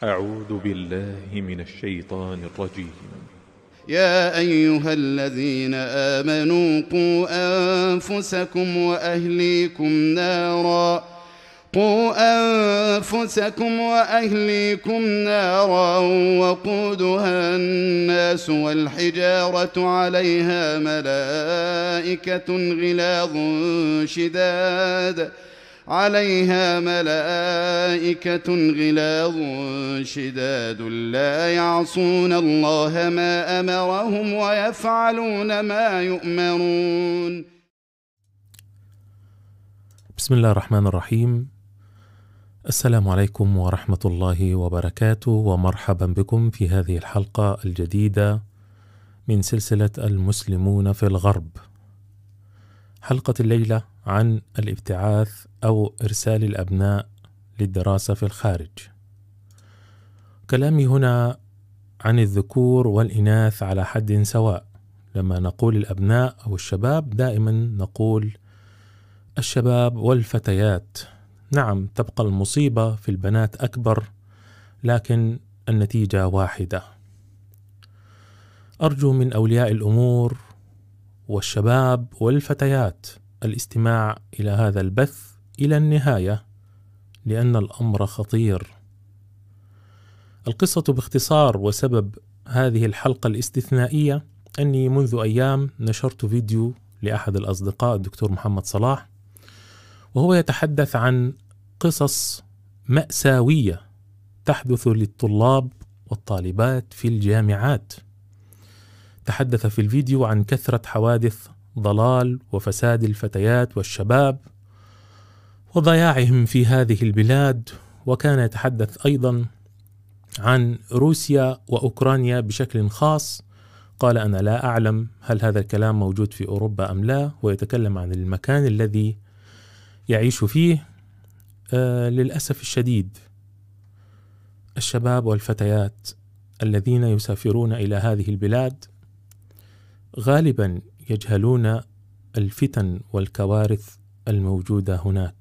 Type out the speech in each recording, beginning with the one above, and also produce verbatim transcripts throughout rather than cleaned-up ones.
أعوذ بالله من الشيطان الرجيم. يا أيها الذين آمنوا قوا أنفسكم وأهليكم نارا قوا أنفسكم وأهليكم نارا وقودها الناس والحجارة عليها ملائكة غلاظ شداد عليها ملائكة غلاظ شداد لا يعصون الله ما أمرهم ويفعلون ما يؤمرون. بسم الله الرحمن الرحيم. السلام عليكم ورحمة الله وبركاته، ومرحبا بكم في هذه الحلقة الجديدة من سلسلة المسلمون في الغرب. حلقة الليلة عن الابتعاث أو إرسال الأبناء للدراسة في الخارج. كلامي هنا عن الذكور والإناث على حد سواء. لما نقول الأبناء أو الشباب دائما نقول الشباب والفتيات. نعم، تبقى المصيبة في البنات أكبر، لكن النتيجة واحدة. أرجو من أولياء الأمور والشباب والفتيات الاستماع إلى هذا البث إلى النهاية، لأن الأمر خطير. القصة باختصار وسبب هذه الحلقة الاستثنائية أني منذ أيام نشرت فيديو لأحد الأصدقاء الدكتور محمد صلاح، وهو يتحدث عن قصص مأساوية تحدث للطلاب والطالبات في الجامعات. تحدث في الفيديو عن كثرة حوادث ضلال وفساد الفتيات والشباب وضياعهم في هذه البلاد، وكان يتحدث أيضا عن روسيا وأوكرانيا بشكل خاص. قال أنا لا أعلم هل هذا الكلام موجود في أوروبا أم لا، ويتكلم عن المكان الذي يعيش فيه. آه للأسف الشديد الشباب والفتيات الذين يسافرون إلى هذه البلاد غالبا يجهلون الفتن والكوارث الموجودة هناك،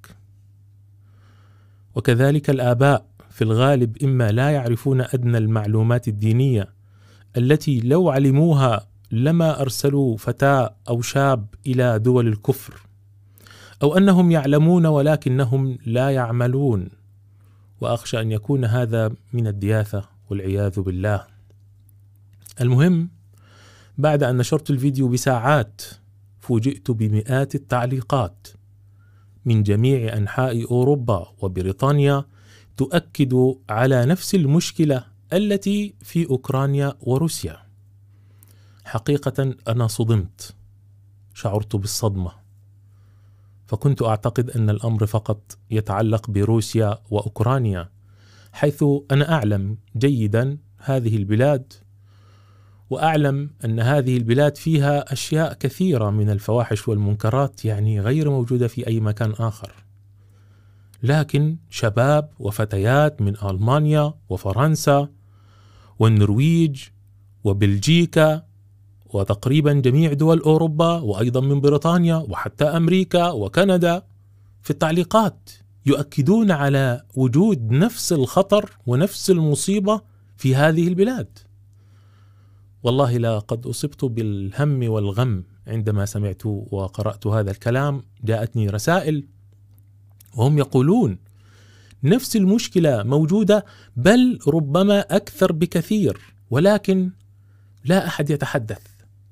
وكذلك الآباء في الغالب إما لا يعرفون أدنى المعلومات الدينية التي لو علموها لما أرسلوا فتاة أو شاب إلى دول الكفر، أو أنهم يعلمون ولكنهم لا يعملون، وأخشى أن يكون هذا من الدياثة والعياذ بالله. المهم، بعد أن نشرت الفيديو بساعات فوجئت بمئات التعليقات من جميع أنحاء أوروبا وبريطانيا تؤكد على نفس المشكلة التي في أوكرانيا وروسيا. حقيقة أنا صدمت، شعرت بالصدمة، فكنت أعتقد أن الأمر فقط يتعلق بروسيا وأوكرانيا، حيث أنا أعلم جيدا هذه البلاد، وأعلم أن هذه البلاد فيها أشياء كثيرة من الفواحش والمنكرات يعني غير موجودة في أي مكان آخر. لكن شباب وفتيات من ألمانيا وفرنسا والنرويج وبلجيكا وتقريبا جميع دول أوروبا وأيضا من بريطانيا وحتى أمريكا وكندا في التعليقات يؤكدون على وجود نفس الخطر ونفس المصيبة في هذه البلاد. والله لقد أصبت بالهم والغم عندما سمعت وقرأت هذا الكلام. جاءتني رسائل وهم يقولون نفس المشكلة موجودة، بل ربما أكثر بكثير، ولكن لا أحد يتحدث.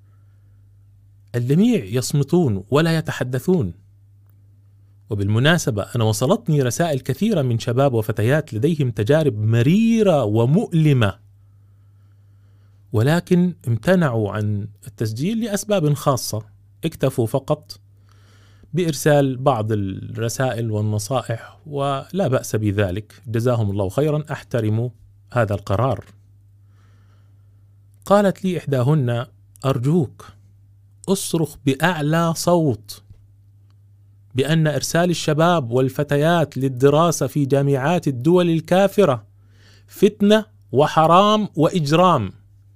الجميع يصمتون ولا يتحدثون. وبالمناسبة أنا وصلتني رسائل كثيرة من شباب وفتيات لديهم تجارب مريرة ومؤلمة، ولكن امتنعوا عن التسجيل لأسباب خاصة، اكتفوا فقط بإرسال بعض الرسائل والنصائح، ولا بأس بذلك، جزاهم الله خيرا، أحترم هذا القرار. قالت لي إحداهن أرجوك أصرخ بأعلى صوت بأن إرسال الشباب والفتيات للدراسة في جامعات الدول الكافرة فتنة وحرام وإجرام،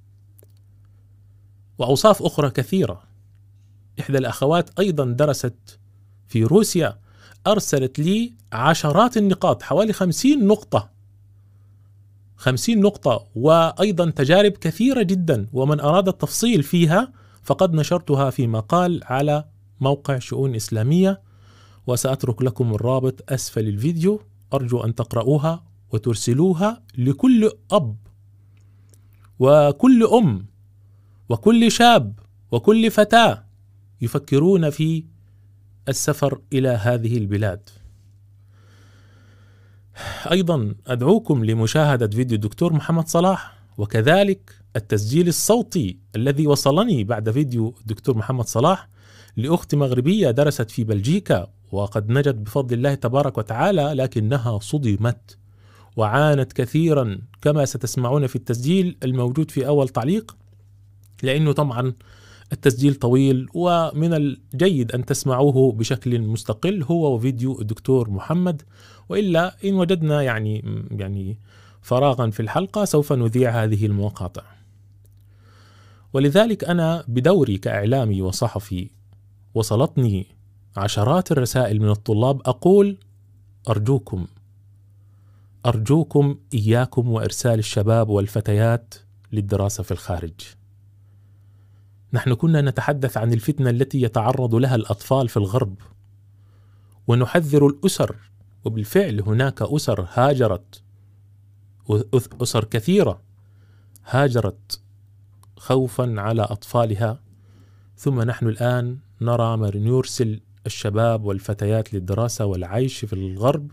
وأوصاف أخرى كثيرة. إحدى الأخوات أيضا درست في روسيا، أرسلت لي عشرات النقاط، حوالي خمسين نقطة خمسين نقطة، وأيضا تجارب كثيرة جدا، ومن أراد التفصيل فيها فقد نشرتها في مقال على موقع شؤون إسلامية، وسأترك لكم الرابط أسفل الفيديو. أرجو أن تقرؤوها وترسلوها لكل أب وكل أم وكل شاب وكل فتاة يفكرون في السفر إلى هذه البلاد. أيضا أدعوكم لمشاهدة فيديو الدكتور محمد صلاح، وكذلك التسجيل الصوتي الذي وصلني بعد فيديو الدكتور محمد صلاح لأخت مغربية درست في بلجيكا وقد نجت بفضل الله تبارك وتعالى، لكنها صدمت وعانت كثيرا كما ستسمعون في التسجيل الموجود في أول تعليق، لأنه طبعا التسجيل طويل ومن الجيد أن تسمعوه بشكل مستقل هو وفيديو الدكتور محمد، وإلا إن وجدنا يعني يعني فراغا في الحلقة سوف نذيع هذه المقاطع. ولذلك أنا بدوري كإعلامي وصحفي وصلتني عشرات الرسائل من الطلاب أقول أرجوكم أرجوكم إياكم وإرسال الشباب والفتيات للدراسة في الخارج. نحن كنا نتحدث عن الفتنة التي يتعرض لها الأطفال في الغرب، ونحذر الأسر، وبالفعل هناك أسر هاجرت، أسر كثيرة هاجرت خوفا على أطفالها، ثم نحن الآن نرى من يرسل الشباب والفتيات للدراسة والعيش في الغرب،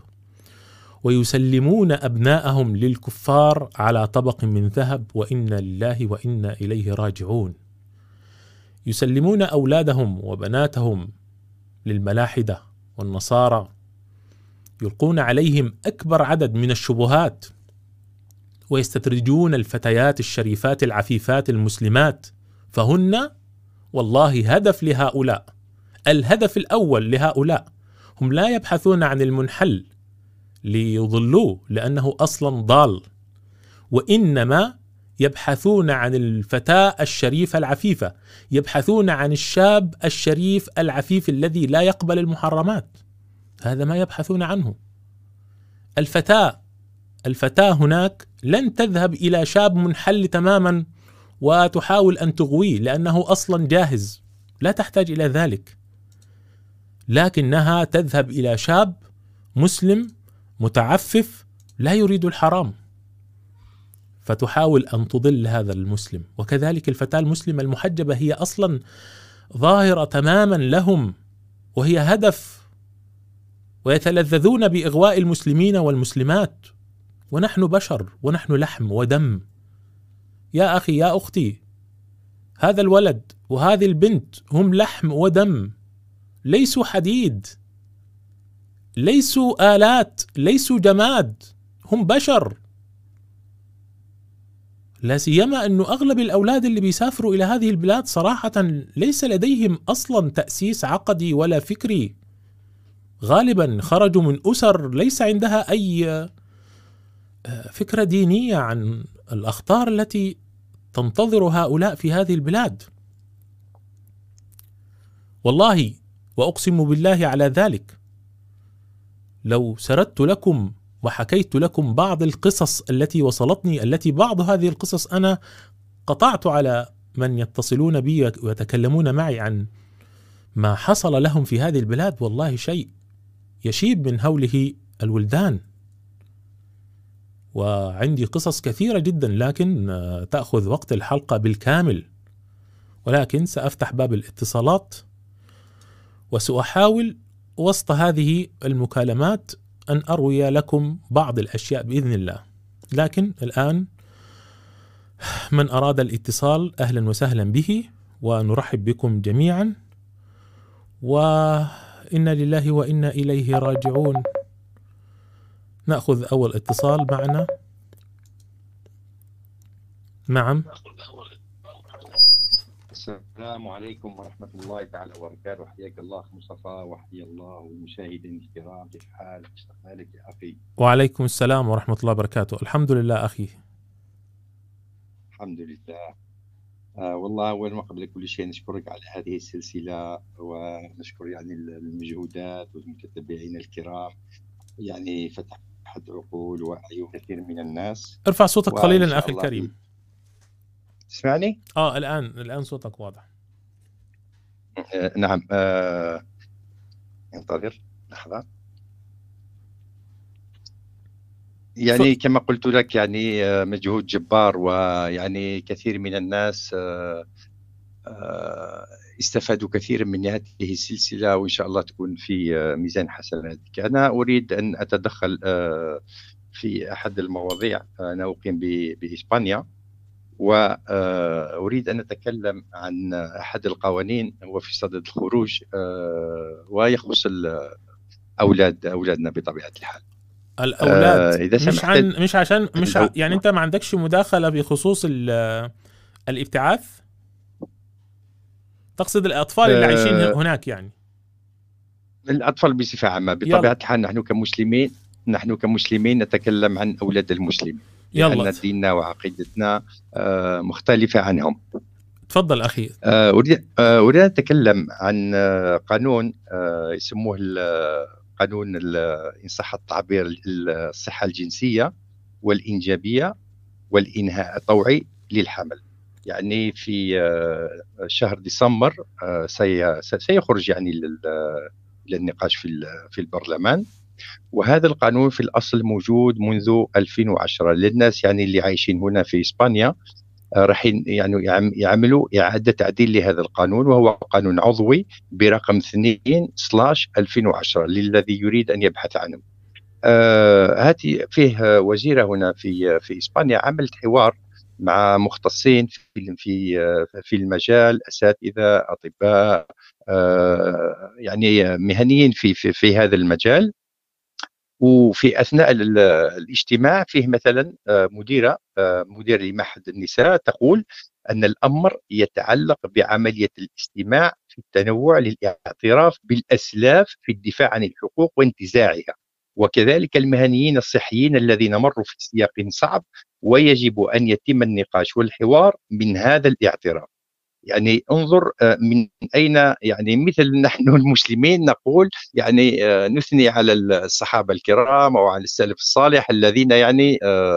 ويسلمون أبناءهم للكفار على طبق من ذهب، وإنا لله وإنا إليه راجعون. يسلمون أولادهم وبناتهم للملاحدة والنصارى، يلقون عليهم أكبر عدد من الشبهات، ويستدرجون الفتيات الشريفات العفيفات المسلمات، فهن والله هدف لهؤلاء. الهدف الأول لهؤلاء هم لا يبحثون عن المنحل ليضلوه لأنه أصلا ضال، وإنما يبحثون عن الفتاة الشريفة العفيفة، يبحثون عن الشاب الشريف العفيف الذي لا يقبل المحرمات. هذا ما يبحثون عنه. الفتاة الفتاة هناك لن تذهب إلى شاب منحل تماما وتحاول أن تغويه لأنه أصلا جاهز، لا تحتاج إلى ذلك، لكنها تذهب إلى شاب مسلم متعفف لا يريد الحرام، فتحاول أن تضل هذا المسلم. وكذلك الفتاة المسلمة المحجبة هي أصلا ظاهرة تماما لهم، وهي هدف، ويتلذذون بإغواء المسلمين والمسلمات، ونحن بشر ونحن لحم ودم. يا أخي يا أختي، هذا الولد وهذه البنت هم لحم ودم، ليسوا حديد، ليسوا آلات، ليسوا جماد، هم بشر. لا سيما أنه أغلب الأولاد اللي بيسافروا إلى هذه البلاد صراحة ليس لديهم أصلا تأسيس عقدي ولا فكري، غالبا خرجوا من أسر ليس عندها أي فكرة دينية عن الأخطار التي تنتظر هؤلاء في هذه البلاد. والله وأقسم بالله على ذلك، لو سردت لكم وحكيت لكم بعض القصص التي وصلتني، التي بعض هذه القصص أنا قطعت على من يتصلون بي ويتكلمون معي عن ما حصل لهم في هذه البلاد، والله شيء يشيب من هوله الولدان. وعندي قصص كثيرة جدا لكن تأخذ وقت الحلقة بالكامل، ولكن سأفتح باب الاتصالات وسأحاول وسط هذه المكالمات أن أروي لكم بعض الأشياء بإذن الله. لكن الآن من أراد الاتصال أهلا وسهلا به، ونرحب بكم جميعا، وإنا لله وإنا إليه راجعون. نأخذ أول اتصال معنا. نعم. السلام عليكم ورحمة الله تعالى وبركاته. حياك الله أخ مصطفى، وحيا الله المشاهدين الكرام. كيف حالك؟ استقبالك يا أخي. وعليكم السلام ورحمة الله وبركاته. الحمد لله أخي. الحمد لله. آه والله أول ما قبل كل شيء نشكرك على هذه السلسلة، ونشكر يعني المجهودات والمتتبعين الكرام. يعني فتح أحد عقول وعي كثير من الناس. ارفع صوتك قليلا أخي الكريم. تسمعني؟ آه الآن الآن صوتك واضح. آه نعم. آه انتظر لحظة. يعني كما قلت لك يعني مجهود جبار، ويعني كثير من الناس استفادوا كثيرا من هذه السلسلة، وإن شاء الله تكون في ميزان حسناتك. أنا أريد أن أتدخل في أحد المواضيع. أنا أقيم بإسبانيا، وأريد أن أتكلم عن أحد القوانين هو في صدد الخروج، ويخص أولاد أولادنا بطبيعة الحال. الأولاد آه مش عن مش عشان مش ع... يعني أنت ما عندكش مداخلة بخصوص الابتعاث؟ تقصد الأطفال اللي آه عايشين هناك يعني؟ الأطفال بصفة عامة بطبيعة الحال. نحن كمسلمين نحن كمسلمين نتكلم عن أولاد المسلمين، لأن ديننا وعقيدتنا آه مختلفة عنهم. تفضل أخي. آه أريد آه أريد أن أتكلم عن آه قانون آه يسموه قانون إن صح التعبير الصحة الجنسية والإنجابية والإنهاء الطوعي للحمل. يعني في شهر ديسمبر سيخرج يعني للنقاش في في البرلمان. وهذا القانون في الأصل موجود منذ ألفين وعشرة. للناس يعني اللي عايشين هنا في إسبانيا راح يعني يعملوا إعادة تعديل لهذا القانون، وهو قانون عضوي برقم اثنين سلاش ألفين وعشرة للذي يريد أن يبحث عنه. آه هاتي فيه وزيرة هنا في في إسبانيا عملت حوار مع مختصين في في في المجال، أساتذة، أطباء، آه يعني مهنيين في في في هذا المجال. وفي أثناء الاجتماع فيه مثلا مديرة مدير لمعهد النساء تقول أن الأمر يتعلق بعملية الاستماع في التنوع للاعتراف بالأسلاف في الدفاع عن الحقوق وانتزاعها، وكذلك المهنيين الصحيين الذين مروا في سياق صعب، ويجب أن يتم النقاش والحوار من هذا الاعتراف. يعني انظر من أين يعني مثل نحن المسلمين نقول يعني نثني على الصحابة الكرام أو على السلف الصالح الذين يعني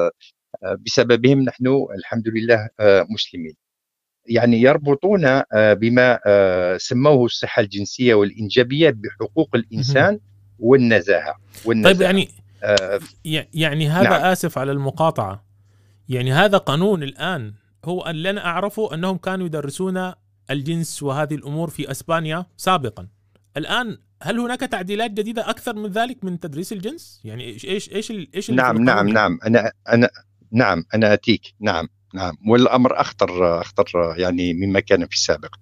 بسببهم نحن الحمد لله مسلمين. يعني يربطون بما سموه الصحة الجنسية والإنجابية بحقوق الإنسان والنزاهة, والنزاهة. طيب يعني آه يعني هذا نعم. آسف على المقاطعة. يعني هذا قانون الآن هو اللي أنا أعرفه أنهم كانوا يدرسون الجنس وهذه الأمور في أسبانيا سابقا. الآن هل هناك تعديلات جديدة أكثر من ذلك من تدريس الجنس؟ يعني إيش إيش إيش إيش نعم نعم نعم أنا أنا نعم أنا أتيك نعم نعم والأمر أخطر أخطر يعني مما كان في السابق.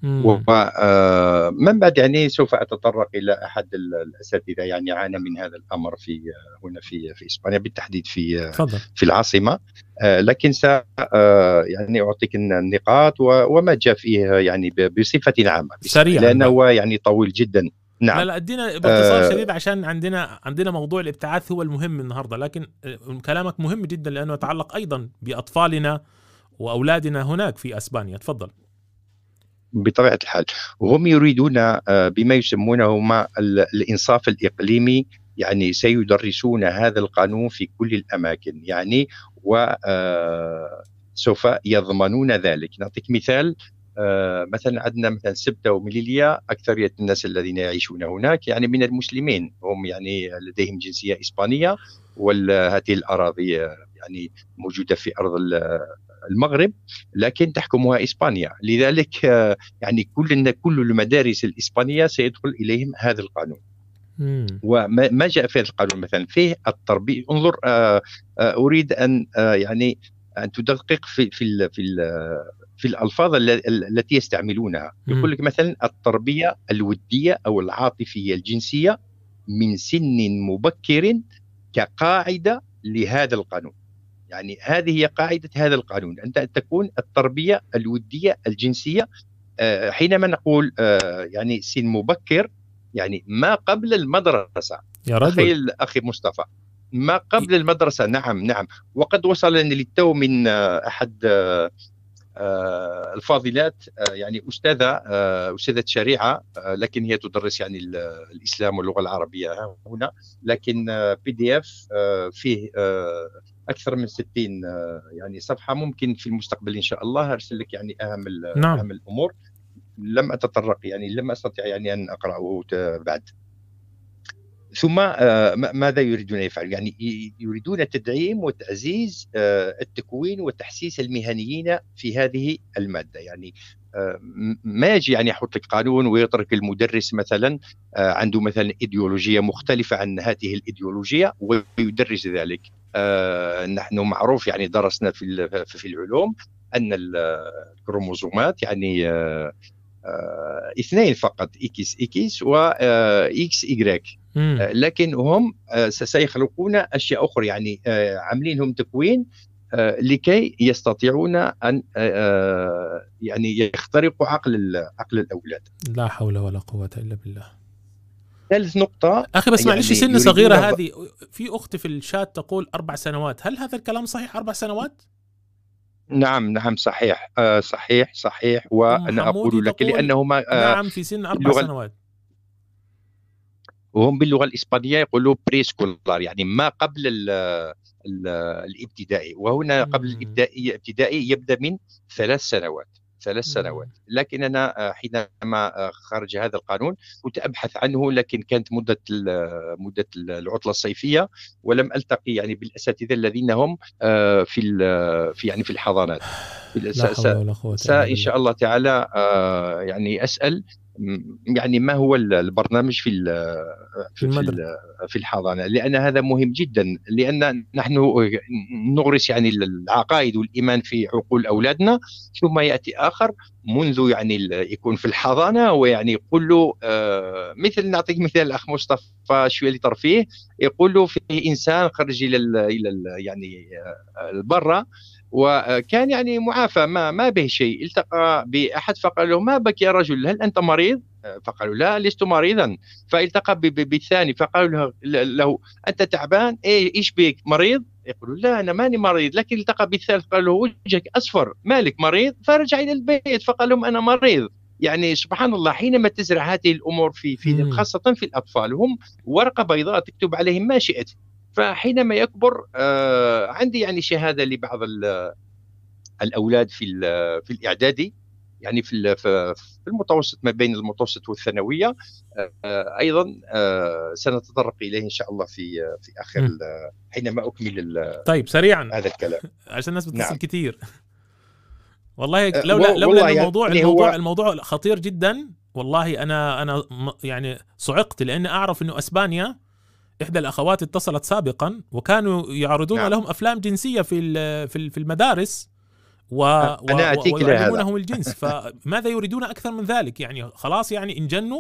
ومن بعد يعني سوف أتطرق إلى أحد الأساتذة يعني عانى من هذا الأمر في هنا في في إسبانيا بالتحديد في فضل. في العاصمة. لكن س يعني أعطيك النقاط وما جاء فيه يعني بصفة عامة سريعا لأنه يعني طويل جدا. نعم لا لا ادينا باختصار آه شديد عشان عندنا عندنا موضوع الابتعاث هو المهم النهارده، لكن كلامك مهم جدا لأنه يتعلق أيضا بأطفالنا وأولادنا هناك في أسبانيا. تفضل. بطبيعة الحال وهم يريدون بما يسمونه ما الإنصاف الإقليمي، يعني سيدرسون هذا القانون في كل الأماكن يعني وسوف يضمنون ذلك. نعطيك مثال. مثلا عندنا مثلا سبتة ومليليا أكثرية الناس الذين يعيشون هناك يعني من المسلمين، هم يعني لديهم جنسية إسبانية، وهذه الأراضي يعني موجودة في أرض المغرب لكن تحكمها إسبانيا. لذلك يعني كل كل المدارس الإسبانية سيدخل إليهم هذا القانون. مم. وما جاء في هذا القانون مثلا فيه التربية. انظر أريد أن يعني أن تدقق في في في في الألفاظ التي يستعملونها. يقول لك مثلا التربية الودية أو العاطفية الجنسية من سن مبكر كقاعدة لهذا القانون. يعني هذه هي قاعدة هذا القانون، أن تكون التربية الودية الجنسية حينما نقول يعني سن مبكر يعني ما قبل المدرسة. يا رجل. تخيل أخي مصطفى ما قبل المدرسة. نعم نعم وقد وصلني للتو من أحد الفاضلات يعني أستاذة أستاذة شريعة، لكن هي تدرس يعني الإسلام واللغة العربية هنا، لكن بي دي اف فيه أكثر من ستين يعني صفحة. ممكن في المستقبل إن شاء الله أرسل لك يعني أهم نعم. أهم الأمور. لم أتطرق يعني لم أستطيع يعني أن أقرأه بعد. ثم ماذا يريدون يفعل؟ يعني يريدون تدعيم وتعزيز التكوين وتحسيس المهنيين في هذه المادة. يعني ما يجي يعني يحط لك قانون ويترك المدرس مثلا عنده مثلا إيديولوجية مختلفة عن هذه الإيديولوجية ويدرس ذلك. نحن معروف يعني درسنا في في العلوم أن الكروموزومات يعني اثنين فقط، إكس إكس وإكس إيغريك، لكن هم سيخلقون أشياء أخرى، يعني عاملينهم تكوين لكي يستطيعون أن يعني يخترقوا عقل عقل الأولاد. لا حول ولا قوة إلا بالله. ثالث نقطة أخي بس معلش، يعني سن صغيرة هذه. في أختي في الشات تقول أربع سنوات، هل هذا الكلام صحيح؟ أربع سنوات؟ نعم نعم صحيح آه صحيح صحيح وأنا أقول لك لأنهما آه نعم في سن أربع سنوات، وهم باللغة الإسبانية يقولوا بري سكولار، يعني ما قبل ال ال الابتدائي، وهنا قبل الابتدائي الابتدائي يبدأ من ثلاث سنوات ثلاث سنوات. لكن أنا حينما خرج هذا القانون كنت أبحث عنه، لكن كانت مدة مدة العطلة الصيفية ولم ألتقي يعني بالأساتذة الذين هم في في يعني في الحضانات. لا حول ولا قوة إلا بالله. إن شاء الله تعالى يعني أسأل يعني ما هو البرنامج في في في الحضانة، لأن هذا مهم جدا، لأن نحن نغرس يعني العقائد والإيمان في عقول أولادنا، ثم يأتي آخر منذ يعني يكون في الحضانة ويعني يقول له آه مثل نعطيك مثال الأخ مصطفى شوية لترفيه، يقول له فيه إنسان خرج إلى ال إلى ال يعني البرة وكان يعني معافى ما ما به شيء، التقى بأحد فقال له ما بك يا رجل، هل أنت مريض؟ فقالوا لا لست مريضا. فالتقى بالثاني فقالوا له, له أنت تعبان؟ إيه إيش بك مريض؟ يقولوا لا أنا ماني مريض. لكن التقى بالثالث قال له وجهك أصفر مالك مريض؟ فرجع إلى البيت فقال لهم أنا مريض. يعني سبحان الله، حينما تزرع هذه الأمور في في خاصة في الأطفال، هم ورقة بيضاء تكتب عليهم ما شئت، فحينما يكبر آه عندي يعني شهادة لبعض الأولاد في في الإعدادي، يعني في في المتوسط ما بين المتوسط والثانوية آه أيضا آه سنتطرق إليه إن شاء الله في في آخر حينما أكمل. طيب سريعا هذا الكلام عشان الناس بتصل نعم. كثير والله آه لولا لولا الموضوع يعني الموضوع هو الموضوع خطير جدا والله. أنا أنا يعني صعقت، لأن أعرف إنه أسبانيا إحدى الأخوات اتصلت سابقا وكانوا يعرضون نعم. لهم أفلام جنسية في في في المدارس و... ويعلمونهم الجنس. فماذا يريدون أكثر من ذلك؟ يعني خلاص يعني انجنوا.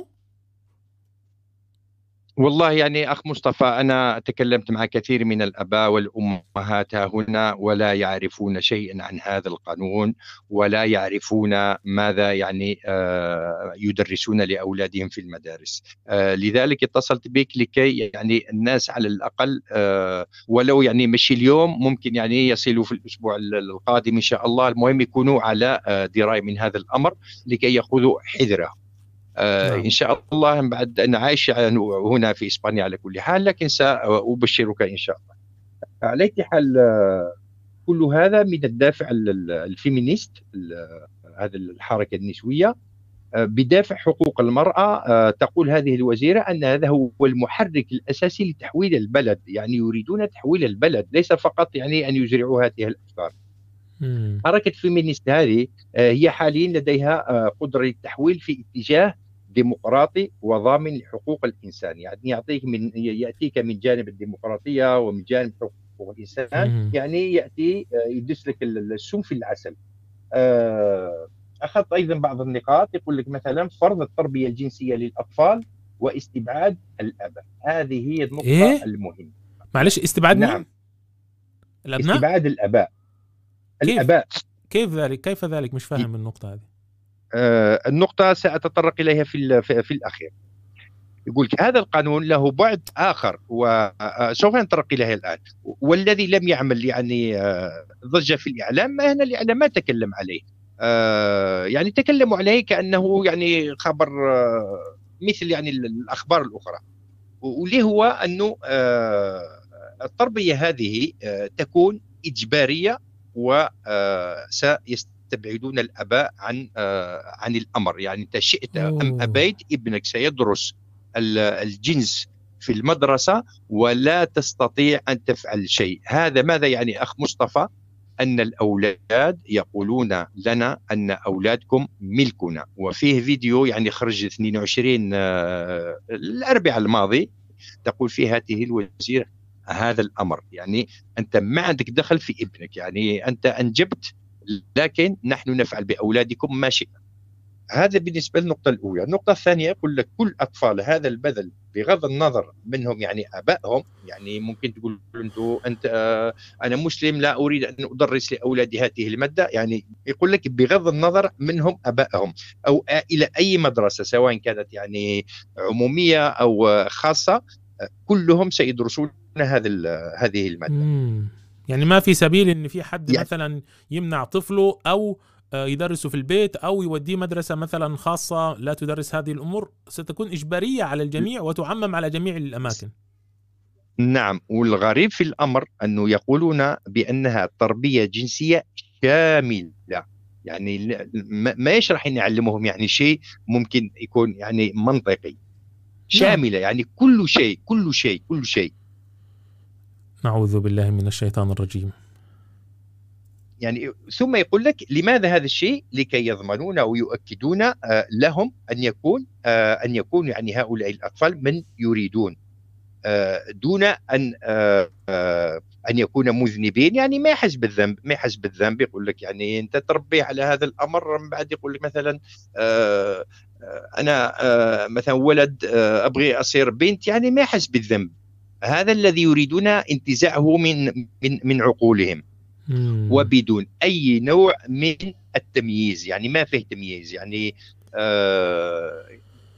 والله يعني أخ مصطفى، أنا تكلمت مع كثير من الآباء والأمهات هنا ولا يعرفون شيئا عن هذا القانون، ولا يعرفون ماذا يعني يدرسون لأولادهم في المدارس. لذلك اتصلت بك لكي يعني الناس على الأقل ولو يعني مشي اليوم ممكن يعني يصلوا في الأسبوع القادم إن شاء الله، المهم يكونوا على دراية من هذا الأمر لكي يأخذوا حذرهم. آه نعم. إن شاء الله بعد أن عايش هنا في إسبانيا على كل حال، لكن سأبشرك إن شاء الله. على أي حال كل هذا من الدافع الفيمينيست، هذا الحركة النسوية بدافع حقوق المرأة. تقول هذه الوزيرة أن هذا هو المحرك الأساسي لتحويل البلد، يعني يريدون تحويل البلد ليس فقط يعني أن يزرعوا هذه الأفكار. حركة فيمينيست هذه هي حاليا لديها قدرة للتحويل في اتجاه ديمقراطي وضامن لحقوق الإنسان، يعني يعطيك من يأتيك من جانب الديمقراطية ومن جانب حقوق الإنسان، يعني يأتي يدس لك السم في العسل. أخذت أيضا بعض النقاط، يقول لك مثلا فرض التربية الجنسية للأطفال واستبعاد الآباء، هذه هي النقطة إيه؟ المهمة. معلش استبعاد نعم مين؟ الأبناء؟ استبعاد الآباء. كيف؟ الآباء كيف ذلك؟ كيف ذلك؟ مش فاهم النقطة هذه. آه النقطة سأتطرق إليها في في, في الأخير. يقول هذا القانون له بعد آخر وسوف نتطرق إليه الآن، والذي لم يعمل يعني ضجة في الإعلام، ما هنا الإعلام ما تكلم عليه. آه يعني تكلموا عليه كأنه يعني خبر آه مثل يعني الأخبار الأخرى، واللي هو أنه آه التربية هذه آه تكون إجبارية، وسيستبعدون الآباء عن آه عن الأمر. يعني أنت شئت أم أبيت ابنك سيدرس الجنس في المدرسة ولا تستطيع أن تفعل شيء. هذا ماذا يعني أخ مصطفى؟ أن الأولاد يقولون لنا أن أولادكم ملكنا. وفيه فيديو يعني خرج اثنين وعشرين آه الأربعاء الماضي تقول فيه هذه الوزيرة هذا الأمر، يعني أنت ما عندك دخل في ابنك، يعني أنت أنجبت لكن نحن نفعل بأولادكم ما شئنا. هذا بالنسبة للنقطة الأولى. النقطة الثانية يقول لك كل أطفال هذا البذل بغض النظر منهم يعني آبائهم. يعني ممكن تقول أنتو أنت آه أنا مسلم لا أريد أن أدرس لأولادي هذه المادة، يعني يقول لك بغض النظر منهم آبائهم أو آه إلى أي مدرسة سواء كانت يعني عمومية أو خاصة، آه كلهم سيدرسون هذا هذه المادة. مم. يعني ما في سبيل إن في حد يعني مثلا يمنع طفله أو يدرسه في البيت أو يوديه مدرسة مثلا خاصة لا تدرس هذه الأمور، ستكون إجبارية على الجميع وتعمم على جميع الأماكن. نعم، والغريب في الأمر أنه يقولون بأنها تربية جنسية شاملة، يعني ما يشرح أن يعلمهم يعني شيء ممكن يكون يعني منطقي. شاملة يعني كل شيء كل شيء كل شيء. نعوذ بالله من الشيطان الرجيم. يعني ثم يقول لك لماذا هذا الشيء؟ لكي يضمنون ويؤكدون لهم أن يكون أن يكون يعني هؤلاء الأطفال من يريدون، دون أن أن يكون مذنبين، يعني ما يحس بالذنب ما يحس بالذنب. يقول لك يعني أنت تربي على هذا الأمر، من بعد يقول لك مثلا أنا مثلا ولد أبغي أصير بنت، يعني ما يحس بالذنب. هذا الذي يريدون انتزاعه من من من عقولهم، وبدون أي نوع من التمييز. يعني ما فيه تمييز، يعني آه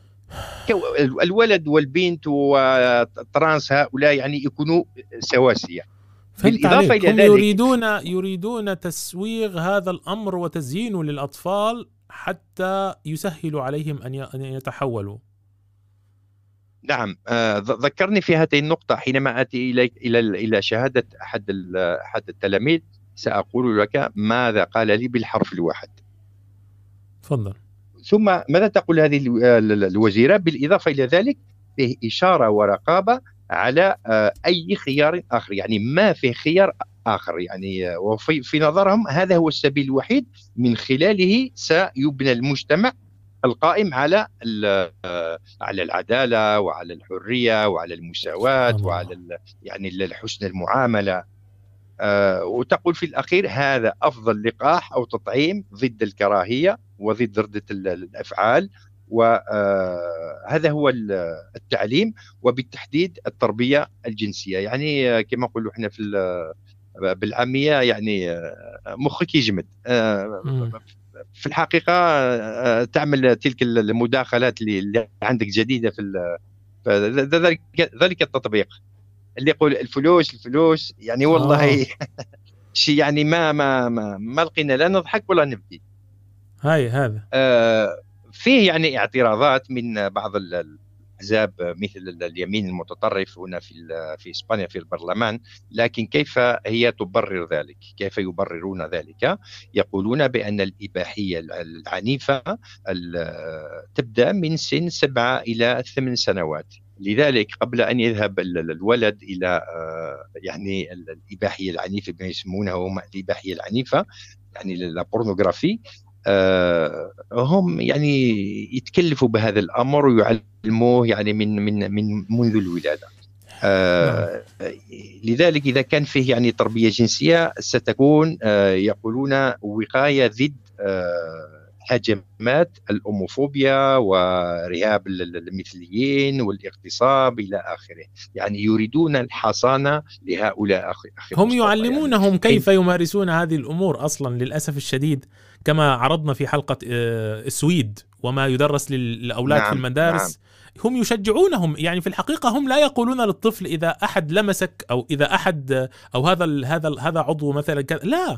الولد والبنت والترانس هؤلاء يعني يكونوا سواسية. بالإضافة إلى ذلك يريدون يريدون تسويغ هذا الأمر وتزيينه للأطفال حتى يسهلوا عليهم أن يتحولوا. نعم، آه ذكرني في هذه النقطة حينما آتي إليك إلى إلى شهادة أحد أحد التلاميذ سأقول لك ماذا قال لي بالحرف الواحد. تفضل. ثم ماذا تقول هذه الوزيرة؟ بالإضافة إلى ذلك فيه إشارة ورقابة على أي خيار آخر، يعني ما فيه خيار آخر، يعني وفي في نظرهم هذا هو السبيل الوحيد من خلاله سيبنى المجتمع القائم على على العدالة وعلى الحرية وعلى المساواة وعلى يعني حسن المعاملة. آه وتقول في الأخير هذا أفضل لقاح أو تطعيم ضد الكراهية وضد ردة الأفعال، وهذا هو التعليم وبالتحديد التربية الجنسية. يعني كما نقولوا احنا في بالعامية يعني مخك يجمد. آه في الحقيقة تعمل تلك المداخلات اللي عندك جديدة في ذلك ذلك التطبيق اللي يقول الفلوس الفلوس يعني والله شيء يعني ما ما ما, ما لقينا لا نضحك ولا نبكي. هاي هذا آه فيه يعني اعتراضات من بعض الأحزاب مثل اليمين المتطرف هنا في في إسبانيا في البرلمان، لكن كيف هي تبرر ذلك؟ كيف يبررون ذلك؟ يقولون بأن الإباحية العنيفة تبدأ من سن سبعة إلى ثمان سنوات. لذلك قبل أن يذهب الولد إلى يعني الإباحية العنيفة بما يسمونها هم الإباحية العنيفة يعني البورنوغرافي، هم يعني يتكلفوا بهذا الأمر ويعلموه يعني من من من منذ الولادة. لذلك إذا كان فيه يعني تربية جنسية ستكون يقولون وقاية ضد هجمات الأوموفوبيا ورهاب المثليين والاغتصاب إلى آخره. يعني يريدون الحصانة لهؤلاء. هم يعلمونهم يعني كيف يمارسون هذه الأمور أصلا للأسف الشديد، كما عرضنا في حلقة السويد وما يدرس للأولاد نعم في المدارس. نعم. هم يشجعونهم، يعني في الحقيقة هم لا يقولون للطفل إذا أحد لمسك أو إذا أحد أو هذا هذا هذا عضو مثلا كذا، لا،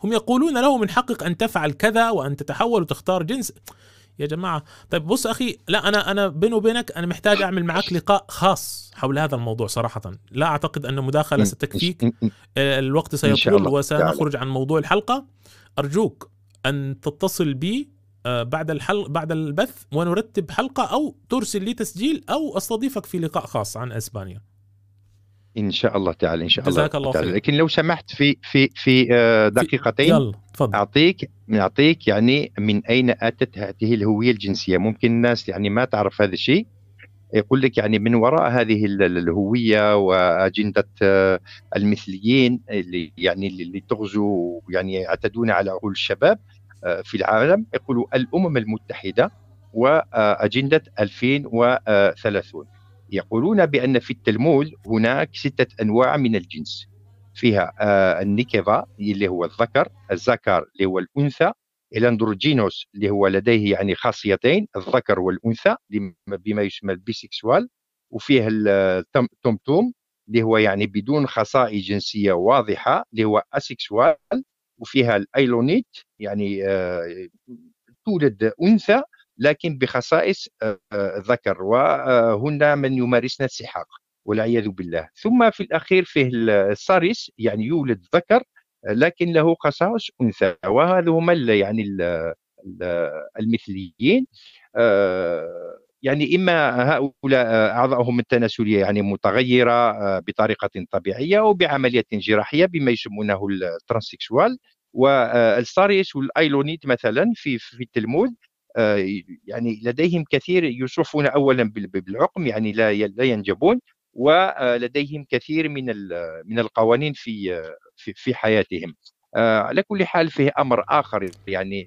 هم يقولون له من حقك أن تفعل كذا وأن تتحول وتختار جنس. يا جماعة طيب بص أخي، لا أنا أنا بيني وبينك أنا محتاج أعمل معك لقاء خاص حول هذا الموضوع صراحة. لا أعتقد أن مداخلة ستكفيك، الوقت سيطول وسنخرج عن موضوع الحلقة. أرجوك أن تتصل بي بعد الحلقة بعد البث ونرتب حلقة، أو ترسل لي تسجيل، أو أستضيفك في لقاء خاص عن إسبانيا إن شاء الله تعالى. إن شاء الله, الله تعالى. لكن لو سمحت في في في دقيقتين يلا تفضل. أعطيك أعطيك يعني من أين أتت هذه الهوية الجنسية. ممكن الناس يعني ما تعرف هذا الشيء. يقول لك يعني من وراء هذه الهوية وأجندة المثليين اللي يعني اللي تغزو يعني يعتدون على عقول الشباب في العالم، يقولوا الأمم المتحدة وأجندة ألفين وثلاثين. يقولون بأن في التلمود هناك ستة أنواع من الجنس، فيها النكفة اللي هو الذكر، الذكر اللي هو الأنثى، الاندروجينوس اللي هو لديه يعني خاصيتين الذكر والأنثى بما يسمى البيسكسوال، وفيها التومتوم اللي هو يعني بدون خصائص جنسية واضحة اللي هو أسكسوال، وفيها الايلونيت يعني تولد أنثى لكن بخصائص ذكر، وهن من يمارسن السحاق والعياذ بالله. ثم في الأخير فيه الساريس يعني يولد ذكر لكن له خصائص أنثى، وهذا هم يعني المثليين. يعني إما هؤلاء أعضاءهم التناسلية يعني متغيرة بطريقة طبيعية أو بعملية جراحية بما يسمونه الترانسكسوال. والساريس والأيلونيت مثلا في في التلمود يعني لديهم كثير يوصفون أولا بالعقم يعني لا لا ينجبون، ولديهم كثير من من القوانين في في في حياتهم. على كل حال فيه أمر آخر يعني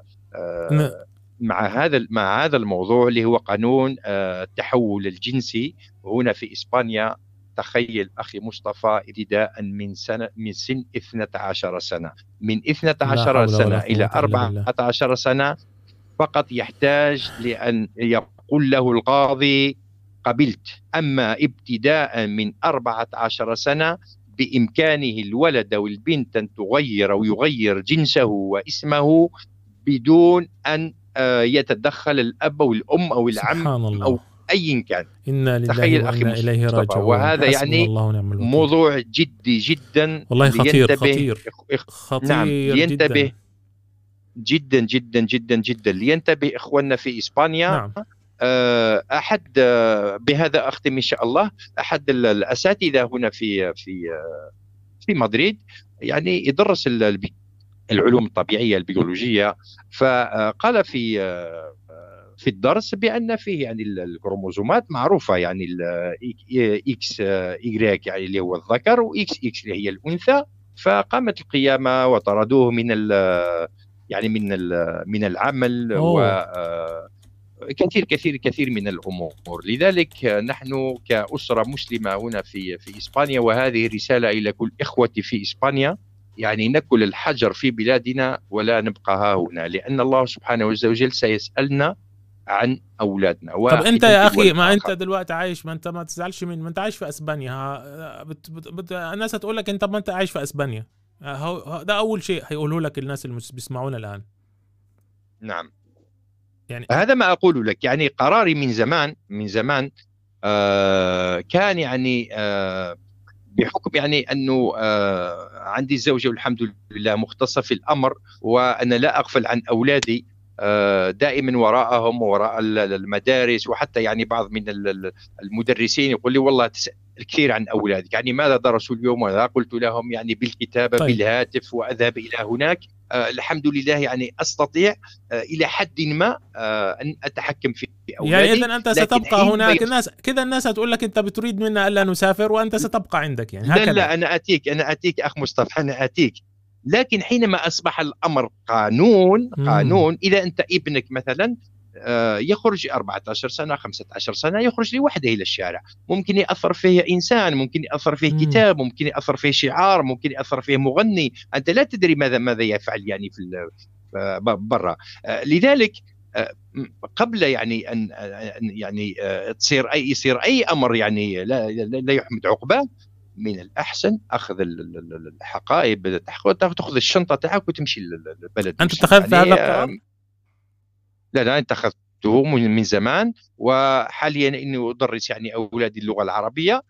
مع هذا مع هذا الموضوع اللي هو قانون التحول الجنسي هنا في إسبانيا. تخيل أخي مصطفى ابتداء من سنة من سن اثنتي عشرة سنة، من اثنتي عشرة سنة إلى أربعة عشر سنة فقط يحتاج لأن يقول له القاضي قبلت. أما ابتداء من أربعة عشر سنة بإمكانه الولد أو البنت أن تغير أو يغير جنسه واسمه بدون أن يتدخل الأب أو الأم أو العم أو أي كان. إنا لله وإنا إليه راجعون. وهذا يعني موضوع جدي جدا والله خطير خطير خطير نعم لينتبه جدا جدا جدا جدا لينتبه إخواننا في إسبانيا. نعم. أحد بهذا أختم إن شاء الله. أحد الأساتذة هنا في في في مدريد يعني يدرس العلوم الطبيعية البيولوجية، فقال في في الدرس بأن فيه يعني الكروموزومات معروفة يعني إكس إيغريك يعني اللي هو الذكر وإكس إكس اللي هي الأنثى. فقامت القيامة وطردوه من يعني من من العمل و كثير كثير كثير من الأمور. لذلك نحن كأسرة مسلمة هنا في في إسبانيا، وهذه رسالة إلى كل إخوتي في إسبانيا، يعني نأكل الحجر في بلادنا ولا نبقى ها هنا، لأن الله سبحانه وتعالى سيسألنا عن أولادنا. طب أنت يا أخي ما أنت دلوقتي عايش، ما أنت ما تزعلش من ما أنت عايش في أسبانيا. ها بت بت بت الناس هتقول لك أنت ما أنت عايش في أسبانيا. ده أول شيء هيقوله لك الناس اللي بيسمعونا الآن. نعم يعني هذا ما أقول لك. يعني قراري من زمان من زمان آه كان يعني آه بحكم يعني أنه آه عندي زوجة والحمد لله مختصة في الأمر، وأنا لا أغفل عن أولادي آه دائما وراءهم وراء المدارس، وحتى يعني بعض من المدرسين يقول لي والله تسأل كثير عن أولادك، يعني ماذا درسوا اليوم؟ وأنا قلت لهم يعني بالكتابة طيب. بالهاتف وأذهب إلى هناك. آه الحمد لله يعني أستطيع آه إلى حد ما آه أن أتحكم في أولادي. يعني إذا أنت ستبقى هناك. الناس كذا الناس هتقول لك أنت بتريد منا ألا نسافر وأنت ستبقى عندك يعني هكذا. لا لا أنا أتيك أنا أتيك أخ مصطفى أنا أتيك. لكن حينما أصبح الأمر قانون قانون إذا أنت ابنك مثلا يخرج أربعة عشر سنة خمسة عشر سنة يخرج لوحده إلى الشارع، ممكن يأثر فيه إنسان، ممكن يأثر فيه مم. كتاب، ممكن يأثر فيه شعار، ممكن يأثر فيه مغني، أنت لا تدري ماذا ماذا يفعل يعني في برا. لذلك قبل يعني أن يعني تصير أي يصير أي أمر يعني لا لا يحمد عقباه، من الأحسن أخذ الحقائب، تأخذ الشنطة تاعك وتمشي للبلد. أنت اتخذت يعني هذا القرار؟ لا لا اتخذته من زمان، وحاليا إني أدرس يعني أولادي اللغة العربية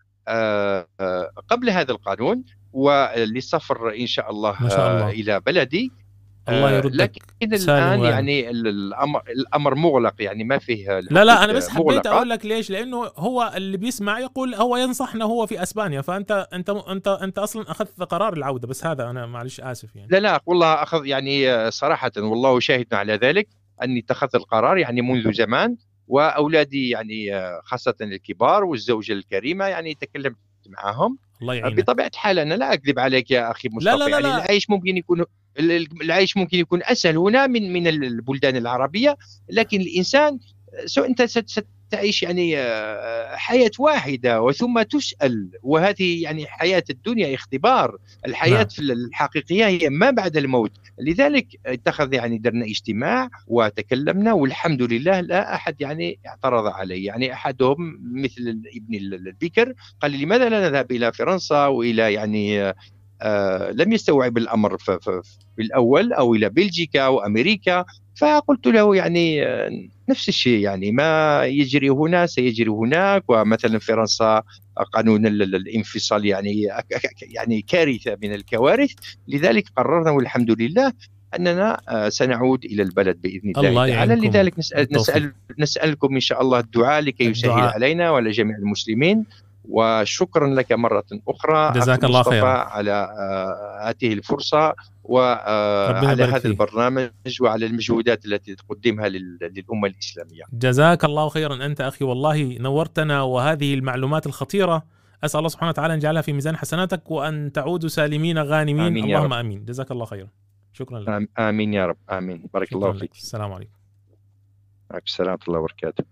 قبل هذا القانون، وللسفر إن شاء الله, ما شاء الله. إلى بلدي. الله يردك لكن الآن يعني الأمر الأمر مغلق، يعني ما فيه. لا لا أنا بس حبيت أقول لك ليش، لأنه هو اللي بيسمع يقول هو ينصحنا هو في أسبانيا، فأنت أنت أنت أنت أصلا أخذت قرار العودة. بس هذا أنا معلش آسف يعني. لا لا والله أخذ يعني صراحة، والله شاهد على ذلك أني اتخذت القرار يعني منذ زمان، وأولادي يعني خاصة الكبار والزوجة الكريمة يعني تكلمت معهم. الله يعينك. بطبيعة الحال أنا لا أكذب عليك يا أخي مصطفى، لا لا لا يعني لا. العيش ممكن يكون العيش ممكن يكون أسهل هنا من من البلدان العربية، لكن الإنسان سو أنت ستعيش يعني حياة واحدة وثم تسأل، وهذه يعني حياة الدنيا اختبار. الحياة نعم. في الحقيقية هي ما بعد الموت. لذلك اتخذ يعني درنا اجتماع وتكلمنا، والحمد لله لا أحد يعني اعترض علي. يعني أحدهم مثل ابن البكر قال لي لماذا لا نذهب إلى فرنسا وإلى يعني آه لم يستوعب الأمر في, في, في الأول، أو إلى بلجيكا وأمريكا. فقلت له يعني نفس الشيء، يعني ما يجري هنا سيجري هناك. ومثلا فرنسا قانون الانفصال يعني يعني كارثة من الكوارث. لذلك قررنا والحمد لله أننا سنعود إلى البلد بإذن الله, الله تعالى. لذلك نسأل, نسأل نسألكم إن شاء الله الدعاء لكي يسهل علينا وعلى جميع المسلمين. وشكرا لك مرة أخرى جزاك الله خيرا على هذه الفرصة وعلى هذا البرنامج وعلى المجهودات التي تقدمها للأمة الإسلامية. جزاك الله خيرا أنت أخي، والله نورتنا، وهذه المعلومات الخطيرة أسأل الله سبحانه وتعالى أن يجعلها في ميزان حسناتك، وأن تعودوا سالمين غانمين. آمين اللهم آمين. جزاك الله خيرا. شكرا لك. آمين يا رب. آمين. بارك الله فيك. السلام عليكم. وعليكم السلام ورحمة الله وبركاته.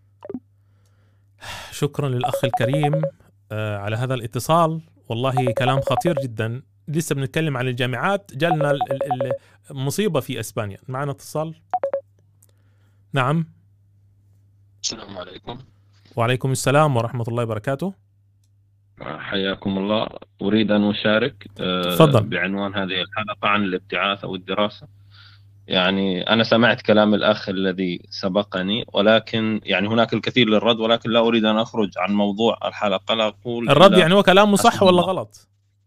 شكرا للأخ الكريم آه على هذا الاتصال، والله كلام خطير جدا. لسه بنتكلم عن الجامعات، جالنا المصيبة في أسبانيا. معنا اتصال. نعم. السلام عليكم. وعليكم السلام ورحمة الله وبركاته. حياكم الله. أريد أن أشارك تفضل. بعنوان هذه الحلقة عن الابتعاث أو الدراسة. يعني أنا سمعت كلام الأخ الذي سبقني، ولكن يعني هناك الكثير للرد، ولكن لا أريد أن أخرج عن موضوع الحلقة. لا أقول الرد يعني هو كلامه صح ولا غلط؟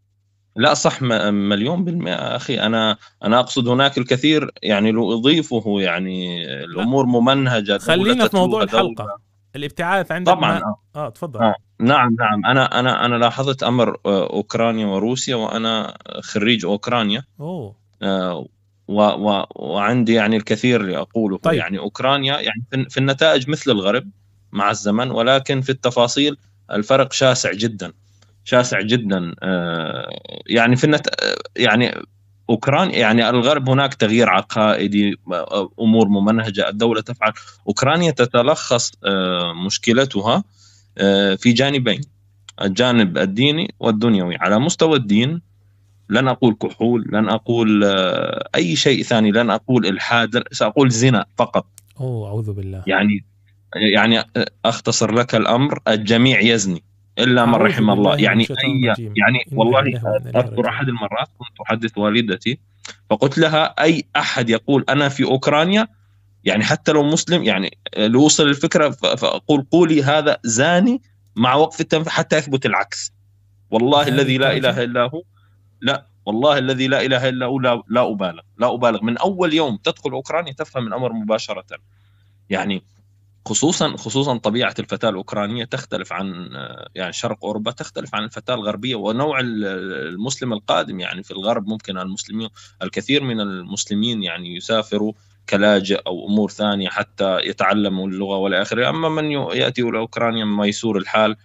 لا صح مليون بالمئة أخي. أنا أنا أقصد هناك الكثير يعني لو أضيفه، يعني الأمور ممنهجة. خلينا في موضوع الحلقة الابتعاث عندنا. طبعا اه, آه تفضل. آه. نعم نعم أنا أنا أنا لاحظت أمر أوكرانيا وروسيا، وأنا خريج أوكرانيا. أوه. آه و و وعندي يعني الكثير لأقوله. طيب. يعني أوكرانيا يعني في النتائج مثل الغرب مع الزمن، ولكن في التفاصيل الفرق شاسع جدا شاسع جدا. آه يعني في النت يعني أوكرانيا يعني الغرب هناك تغيير عقائدي، أمور ممنهجة الدولة تفعل. أوكرانيا تتلخص آه مشكلتها آه في جانبين، الجانب الديني والدنيوي. على مستوى الدين لن أقول كحول، لن أقول أي شيء ثاني، لن أقول إلحاد، سأقول زنا فقط. أوه أعوذ بالله. يعني يعني أختصر لك الأمر، الجميع يزني إلا من رحم الله. يعني أي يعني والله أذكر أحد المرات كنت أحدث والدتي، فقلت لها أي أحد يقول أنا في أوكرانيا، يعني حتى لو مسلم، يعني لوصل الفكرة فأقول قولي هذا زاني مع وقف التنفيذ حتى يثبت العكس. والله الذي لا إله إلا هو، لا والله الذي لا إله إلا هو لا, لا أبالغ لا أبالغ من أول يوم تدخل أوكرانيا تفهم الأمر مباشرة. يعني خصوصا خصوصا طبيعة الفتاة الأوكرانية تختلف عن يعني شرق أوروبا، تختلف عن الفتاة الغربية، ونوع المسلم القادم. يعني في الغرب ممكن المسلمين الكثير من المسلمين يعني يسافروا كلاجئ أو أمور ثانية حتى يتعلموا اللغة والى آخره. أما من يأتي إلى أوكرانيا ميسور الحال.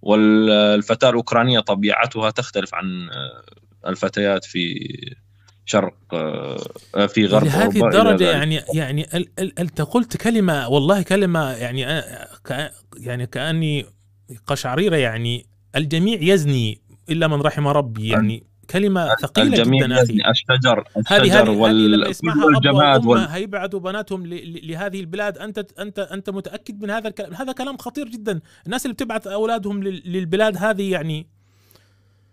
والفتاة الأوكرانية طبيعتها تختلف عن الفتيات في شرق في غرب لهذه الدرجة. يعني يعني أنت قلت كلمة، والله كلمة يعني يعني كأني قشعريرة. يعني الجميع يزني إلا من رحم ربي، يعني كلمة ثقيلة الجميع جدا أخي. الشجر الشجر وال لما يسمعها أب وأم وال... هيبعدوا بناتهم ل... لهذه البلاد. أنت أنت أنت متأكد من هذا الكلام؟ هذا كلام خطير جدا. الناس اللي بتبعث أولادهم لل... للبلاد هذه يعني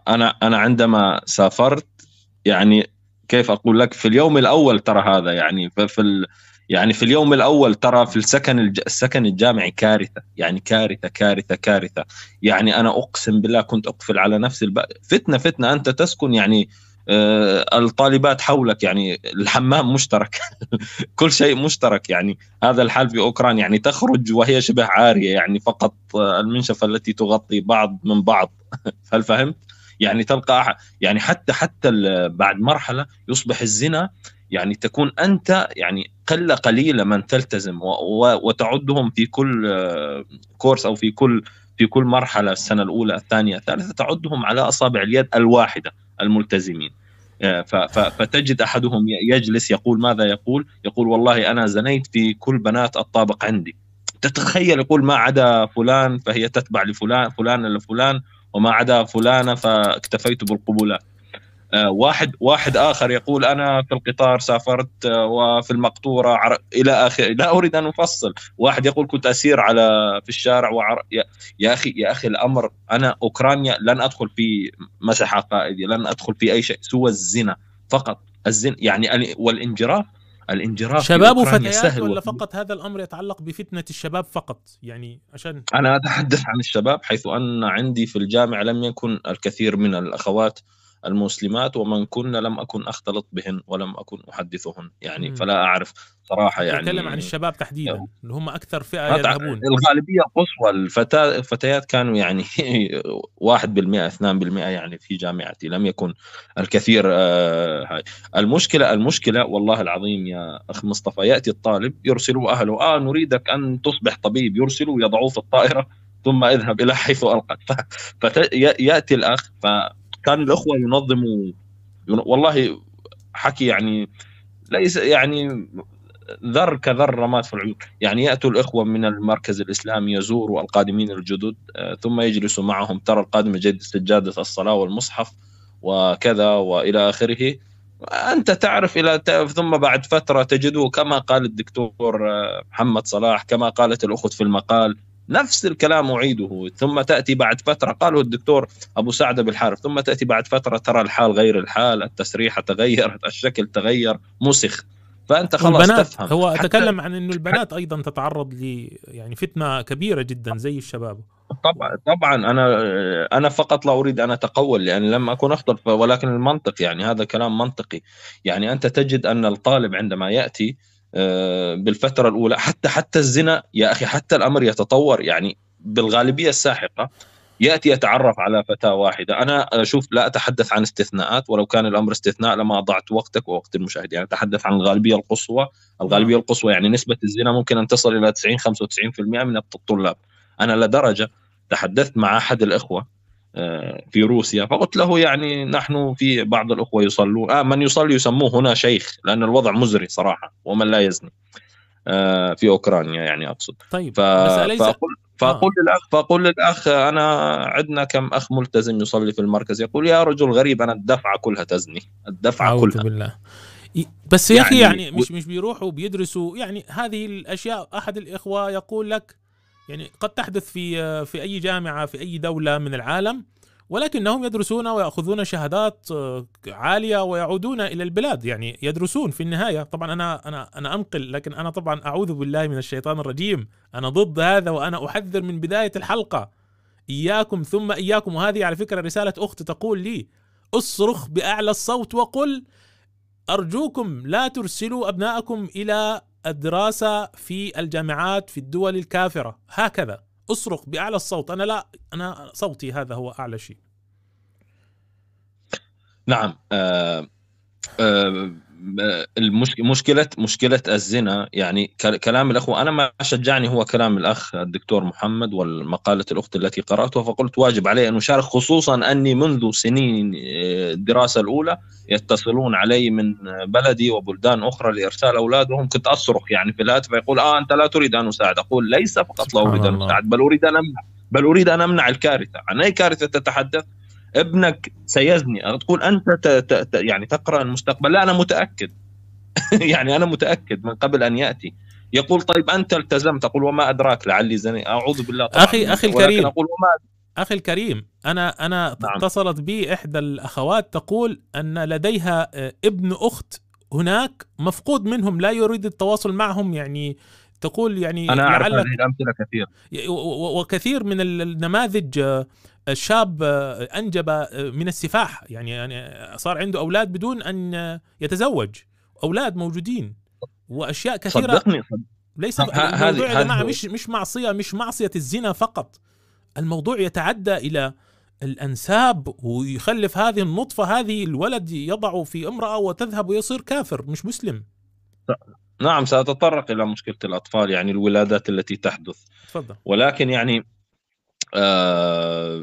انا انا عندما سافرت يعني كيف اقول لك، في اليوم الاول ترى هذا يعني في ال يعني في اليوم الاول ترى في السكن الج... السكن الجامعي كارثه، يعني كارثه كارثه كارثه. يعني انا اقسم بالله كنت اقفل على نفسي الب... فتنه فتنه. انت تسكن يعني آه الطالبات حولك، يعني الحمام مشترك كل شيء مشترك. يعني هذا الحال في اوكرانيا، يعني تخرج وهي شبه عاريه، يعني فقط المنشفه التي تغطي بعض من بعض. هل فهمت؟ يعني تلقى يعني حتى حتى بعد مرحله يصبح الزنا، يعني تكون انت يعني قله قليله من تلتزم وتعدهم في كل كورس او في كل في كل مرحله، السنه الاولى الثانيه الثالثه، تعدهم على اصابع اليد الواحده الملتزمين. فتجد احدهم يجلس يقول ماذا يقول؟ يقول والله انا زنيت في كل بنات الطابق عندي. تتخيل، يقول ما عدا فلان فهي تتبع لفلان، فلان لفلان، وما عدا فلانة فاكتفيت بالقبولات. آه واحد واحد آخر يقول أنا في القطار سافرت آه وفي المقطورة عر... إلى آخر. لا أريد أن أفصل. واحد يقول كنت أسير على في الشارع وعر... يا... يا أخي يا أخي الأمر، أنا أوكرانيا لن أدخل في مسح عقائدي، لن أدخل في أي شيء سوى الزنا فقط. الزنا يعني والانجراف. الانجراف شباب وفتيات ولا فقط هذا الأمر يتعلق بفتنة الشباب فقط؟ يعني عشان أنا أتحدث عن الشباب، حيث أن عندي في الجامعة لم يكن الكثير من الأخوات المسلمات، ومن كن لم أكن أختلط بهن ولم أكن أحدثهن يعني. م. فلا أعرف صراحة. يعني أتكلم عن الشباب تحديدا اللي هم أكثر فئة يذهبون. الغالبية القصوى الفتاة الفتيات كانوا يعني واحد بالمئة اثنان بالمئة يعني في جامعتي، لم يكن الكثير. آه المشكلة المشكلة والله العظيم يا أخ مصطفى، يأتي الطالب يرسلوا أهله آه نريدك أن تصبح طبيب، يرسلوا يضعوه في الطائرة ثم اذهب إلى حيث ألقت. فيأتي الأخ، فكان الأخوة ينظموا والله حكي يعني ليس يعني ذر كذر رمات في العيون. يعني يأتوا الإخوة من المركز الإسلامي يزوروا القادمين الجدد، ثم يجلسوا معهم، ترى القادم الجديد سجادة الصلاة والمصحف وكذا وإلى آخره. أنت تعرف إلى ثم بعد فترة تجده كما قال الدكتور محمد صلاح، كما قالت الأخت في المقال، نفس الكلام أعيده. ثم تأتي بعد فترة قاله الدكتور أبو سعد بالحارث، ثم تأتي بعد فترة ترى الحال غير الحال، التسريحة تغيرت، الشكل تغير، مسخ. فأنت خلاص تفهم. هو أتكلم عن إنه البنات أيضا تتعرض ل يعني فتنة كبيرة جدا زي الشباب. طبعا طبعا أنا أنا فقط لا أريد أن أتقول لأن لم أكن أخطر، ولكن المنطق يعني هذا كلام منطقي. يعني أنت تجد أن الطالب عندما يأتي بالفترة الأولى، حتى حتى الزنا يا أخي، حتى الأمر يتطور. يعني بالغالبية الساحقة يأتي يتعرف على فتاة واحدة. أنا أشوف لا أتحدث عن استثناءات، ولو كان الأمر استثناء لما أضعت وقتك ووقت المشاهد. يعني أتحدث عن الغالبية القصوى. الغالبية القصوى يعني نسبة الزنا ممكن أن تصل إلى تسعين خمسة وتسعين بالمئة من الطلاب. أنا لدرجة تحدثت مع أحد الإخوة في روسيا، فقلت له يعني نحن في بعض الأخوة يصلون، آه من يصلي يسموه هنا شيخ، لأن الوضع مزري صراحة، ومن لا يزني في أوكرانيا يعني أقصد. طيب ف... فأقول فأقول آه. للأخ فأقول للأخ أنا عندنا كم أخ ملتزم يصلي في المركز، يقول يا رجل غريب أنا الدفعة كلها تزني، الدفعة كلها. بالله. بس يا أخي يعني, يعني مش مش بيروحوا بيدرسوا يعني هذه الأشياء. أحد الإخوة يقول لك يعني قد تحدث في في أي جامعة في أي دولة من العالم، ولكنهم يدرسون ويأخذون شهادات عالية ويعودون إلى البلاد، يعني يدرسون في النهاية. طبعا أنا أنا أنا أنقل، لكن أنا طبعا أعوذ بالله من الشيطان الرجيم، أنا ضد هذا، وأنا أحذر من بداية الحلقة إياكم ثم إياكم. وهذه على فكرة رسالة أخت تقول لي اصرخ بأعلى الصوت وقل أرجوكم لا ترسلوا أبناءكم إلى الدراسة في الجامعات في الدول الكافرة. هكذا اصرخ بأعلى الصوت. أنا لا أنا صوتي هذا هو أعلى شيء. نعم. آه آه المشكلة مشكلة الزنا يعني كلام الأخوة، أنا ما شجعني هو كلام الأخ الدكتور محمد والمقالة الأخت التي قرأتها، فقلت واجب علي أن أشارك، خصوصا أني منذ سنين الدراسة الأولى يتصلون علي من بلدي وبلدان أخرى لإرسال أولادهم. كنت أصرخ يعني في الهاتف، يقول آه أنت لا تريد أن أساعد. أقول ليس فقط لا أريد أن أساعد، بل أريد أن أمنع بل أريد أن أمنع الكارثة. عن أي كارثة تتحدث؟ ابنك سيزني. تقول أنت ت ت يعني تقرأ المستقبل. لا أنا متأكد يعني أنا متأكد من قبل أن يأتي. يقول طيب أنت التزمت. أقول وما أدراك لعلي زني. أعوذ بالله طبعا. أخي أخي الكريم، أقول وما أخي الكريم، أنا أنا نعم. اتصلت بي إحدى الأخوات تقول أن لديها ابن أخت هناك مفقود منهم، لا يريد التواصل معهم. يعني تقول يعني أنا أعرف هذه الأمثلة كثير، وكثير من النماذج الشاب أنجب من السفاح، يعني صار عنده أولاد بدون أن يتزوج، أولاد موجودين وأشياء كثيرة. صدقني صدق. ليس الموضوع يا جماعة مش مش معصية مش معصية الزنا فقط، الموضوع يتعدى إلى الأنساب، ويخلف هذه النطفة، هذه الولد يضع في امرأة وتذهب ويصير كافر مش مسلم. نعم، سأتطرق إلى مشكلة الأطفال، يعني الولادات التي تحدث. تفضل. ولكن يعني آه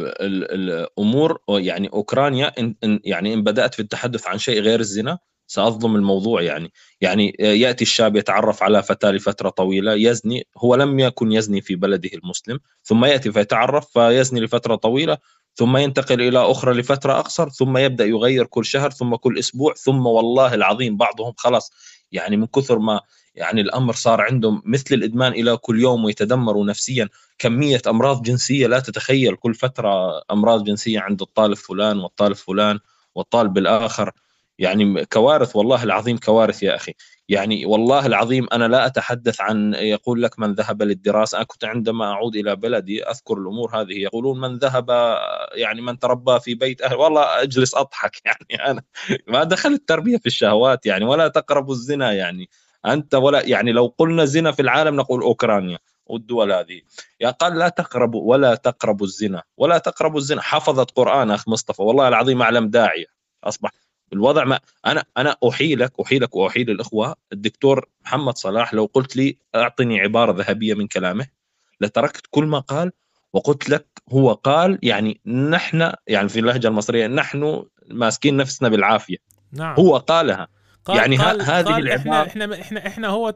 الأمور، يعني أوكرانيا إن يعني إن بدأت في التحدث عن شيء غير الزنا سأظلم الموضوع. يعني يعني يأتي الشاب يتعرف على فتاة لفترة طويلة، يزني، هو لم يكن يزني في بلده المسلم، ثم يأتي فيتعرف فيزني لفترة طويلة، ثم ينتقل إلى أخرى لفترة أقصر، ثم يبدأ يغير كل شهر، ثم كل أسبوع، ثم والله العظيم بعضهم خلاص يعني من كثر ما يعني الأمر صار عندهم مثل الإدمان إلى كل يوم، ويتدمروا نفسيا. كمية أمراض جنسية لا تتخيل، كل فترة أمراض جنسية عند الطالب فلان والطالب فلان والطالب الآخر، يعني كوارث والله العظيم، كوارث يا أخي. يعني والله العظيم أنا لا أتحدث عن يقول لك من ذهب للدراسة. أنا كنت عندما أعود إلى بلدي أذكر الأمور هذه، يقولون من ذهب يعني من تربى في بيت أهل، والله أجلس أضحك. يعني أنا ما دخل التربية في الشهوات يعني، ولا تقربوا الزنا يعني أنت، ولا يعني لو قلنا زنا في العالم نقول أوكرانيا والدول هذه. يا قال لا تقربوا ولا تقربوا الزنا ولا تقربوا الزنا. حفظت قرآن أخ مصطفى، والله العظيم أعلم داعية. أصبح الوضع ما أنا أنا أحيلك أحيلك وأحيل الإخوة. الدكتور محمد صلاح لو قلت لي أعطني عبارة ذهبية من كلامه لتركت كل ما قال وقلت لك هو قال يعني نحن يعني في اللهجة المصرية نحن ماسكين نفسنا بالعافية. نعم. هو قالها. قال يعني قال هذه قال العبارة احنا احنا احنا احنا هو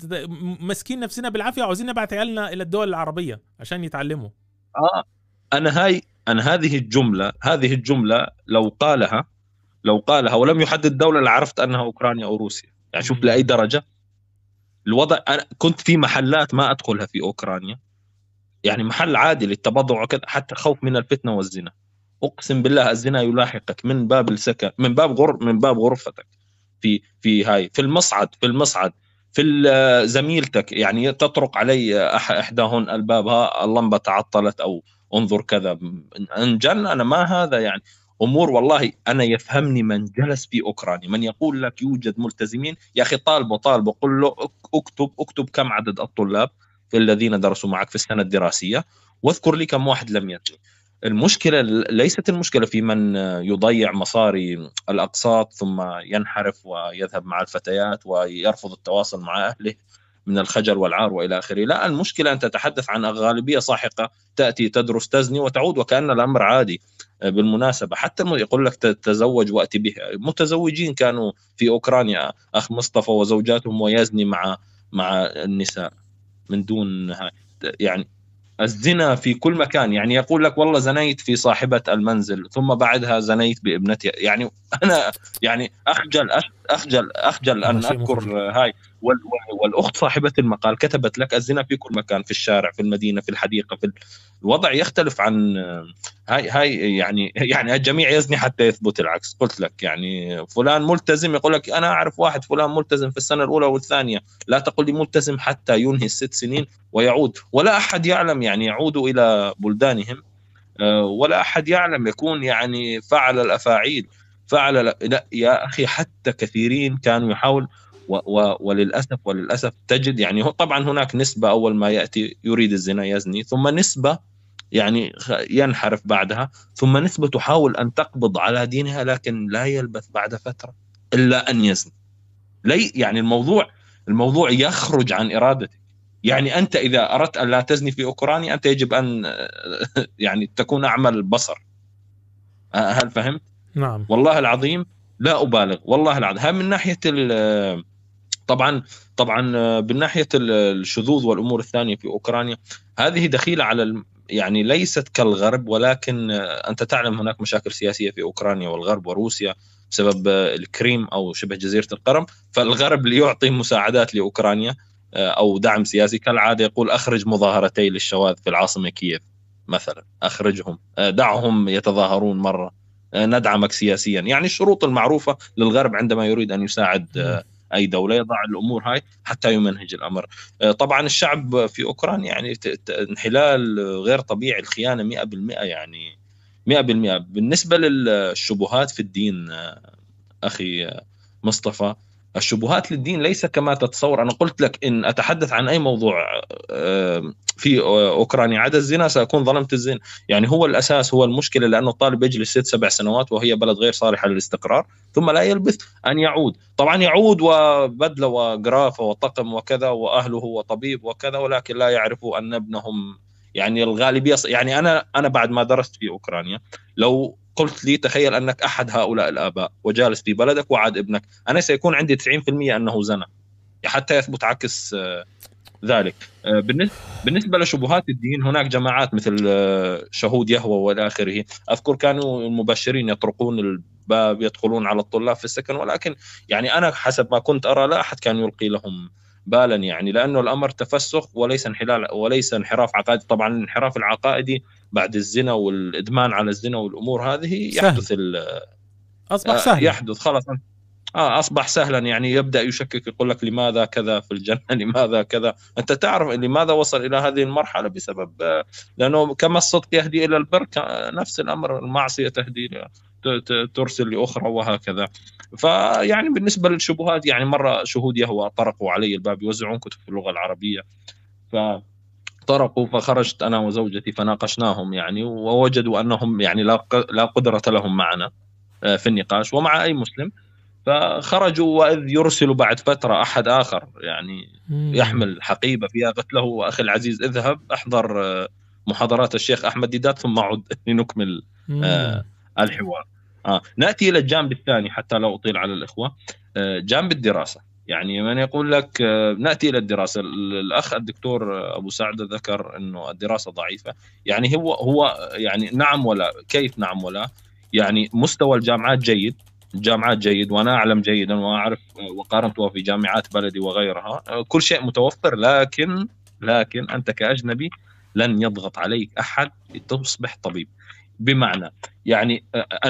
ماسكين نفسنا بالعافيه، وعاوزين نبعث عيالنا الى الدول العربيه عشان يتعلموا. اه انا هاي انا هذه الجمله هذه الجمله لو قالها لو قالها ولم يحدد دوله لعرفت انها اوكرانيا او روسيا. يعني شوف لاي درجه الوضع. انا كنت في محلات ما ادخلها في اوكرانيا، يعني محل عادي للتبضع وكذا، حتى خوف من الفتنه والزنا. اقسم بالله الزنا يلاحقك من باب السكن، من باب غر من باب غرفتك، في في هاي في المصعد في المصعد في زميلتك، يعني تطرق علي احداهن البابها اللمبه تعطلت او انظر كذا انجن. انا ما هذا يعني امور. والله انا يفهمني من جلس في اوكرانيا، من يقول لك يوجد ملتزمين. يا اخي طالبه طالبه قل له اكتب اكتب كم عدد الطلاب في الذين درسوا معك في السنه الدراسيه، واذكر لي كم واحد لم يتلي. المشكلة ليست المشكلة في من يضيع مصاري الأقساط ثم ينحرف ويذهب مع الفتيات ويرفض التواصل مع أهله من الخجل والعار وإلى آخره. لا، المشكلة أن تتحدث عن غالبية ساحقة تأتي تدرس تزني وتعود وكأن الأمر عادي. بالمناسبة حتى يقول لك تتزوج وأتي به، متزوجين كانوا في أوكرانيا أخ مصطفى وزوجاتهم ويزني مع مع النساء من دون يعني الزنا في كل مكان. يعني يقول لك والله زنيت في صاحبة المنزل ثم بعدها زنيت بابنتي. يعني أنا يعني أخجل أخجل أخجل أن أذكر هاي. والأخت صاحبة المقال كتبت لك الزنا في كل مكان، في الشارع، في المدينة، في الحديقة، في الوضع يختلف عن هاي هاي يعني يعني الجميع يزني حتى يثبت العكس. قلت لك يعني فلان ملتزم، يقول لك أنا أعرف واحد فلان ملتزم في السنة الأولى والثانية، لا تقل لي ملتزم حتى ينهي الست سنين ويعود، ولا أحد يعلم يعني يعودوا إلى بلدانهم، ولا أحد يعلم يكون يعني فعل الأفاعيل فعل. لا يا أخي، حتى كثيرين كانوا يحاول و و وللأسف وللأسف تجد يعني طبعا هناك نسبة أول ما يأتي يريد الزنا يزني، ثم نسبة يعني ينحرف بعدها، ثم نسبة تحاول أن تقبض على دينها لكن لا يلبث بعد فترة إلا أن يزني. لي يعني الموضوع الموضوع يخرج عن إرادتك. يعني أنت إذا أردت أن لا تزني في أوكرانيا أنت يجب أن يعني تكون أعمى البصر. هل فهمت؟ نعم. والله العظيم لا أبالغ، والله العظيم. هم من ناحية طبعا طبعا بالناحية الشذوذ والأمور الثانية في أوكرانيا، هذه دخيلة على يعني ليست كالغرب، ولكن أنت تعلم هناك مشاكل سياسية في أوكرانيا والغرب وروسيا بسبب الكريم أو شبه جزيرة القرم. فالغرب ليعطي مساعدات لأوكرانيا أو دعم سياسي كالعادة يقول أخرج مظاهرتي للشواذ في العاصمة كييف مثلا أخرجهم، دعهم يتظاهرون مرة، ندعمك سياسيا، يعني الشروط المعروفة للغرب عندما يريد أن يساعد أي دولة، يضع الأمور هاي حتى يمنهج الأمر. طبعا الشعب في أوكرانيا يعني انحلال غير طبيعي، الخيانة مئة بالمئة، يعني مئة بالمئة. بالنسبة للشبهات في الدين أخي مصطفى، الشبهات للدين ليس كما تتصور. أنا قلت لك إن أتحدث عن أي موضوع في أوكرانيا عدا الزنا سأكون ظلمت الزنا، يعني هو الأساس، هو المشكلة، لأنه الطالب يجلس ست سبع سنوات وهي بلد غير صالحة للاستقرار، ثم لا يلبث أن يعود. طبعا يعود وبدلة وقرافة وطقم وكذا وأهله وطبيب وكذا، ولكن لا يعرفوا أن ابنهم يعني الغالبية. يعني أنا أنا بعد ما درست في أوكرانيا، لو قلت لي تخيل أنك أحد هؤلاء الآباء وجالس في بلدك وعاد ابنك، أنا سيكون عندي تسعين بالمئة أنه زنا حتى يثبت عكس ذلك. بالنسبة لشبهات الدين، هناك جماعات مثل شهود يهوه والى آخره. أذكر كانوا المبشرين يطرقون الباب، يدخلون على الطلاب في السكن، ولكن يعني أنا حسب ما كنت أرى لا أحد كان يلقي لهم بالا، يعني لأنه الأمر تفسخ وليس انحلال وليس انحراف عقائدي. طبعا الانحراف العقائدي بعد الزنا والإدمان على الزنا والأمور هذه سهل. يحدث أصبح سهل، يحدث خلاص آه أصبح سهلا، يعني يبدأ يشكك، يقول لك لماذا كذا في الجنة، لماذا كذا. أنت تعرف لماذا وصل إلى هذه المرحلة؟ بسبب لأنه كما الصدق يهدي إلى البر، نفس الأمر المعصية تهدي ترسل لأخرى وهكذا. فيعني بالنسبة للشبهات، يعني مرة شهود يهوه طرقوا علي الباب يوزعون كتب في اللغة العربية، فطرقوا، فخرجت أنا وزوجتي فناقشناهم يعني، ووجدوا أنهم يعني لا قدرة لهم معنا في النقاش ومع أي مسلم، فخرجوا. وإذ يرسل بعد فترة أحد آخر يعني يحمل حقيبة فيها، قلت له أخي العزيز اذهب احضر محاضرات الشيخ أحمد ديدات ثم عد لنكمل آه الحوار. آه. نأتي إلى الجانب الثاني حتى لا أطيل على الإخوة، آه جانب الدراسة. يعني من يقول لك آه نأتي إلى الدراسة، الأخ الدكتور أبو سعد ذكر أنه الدراسة ضعيفة، يعني هو هو يعني نعم ولا، كيف نعم ولا؟ يعني مستوى الجامعات جيد، الجامعات جيد، وأنا أعلم جيدا وأعرف وقارنتها في جامعات بلدي وغيرها، كل شيء متوفر، لكن لكن أنت كأجنبي لن يضغط عليك أحد تصبح طبيب. بمعنى يعني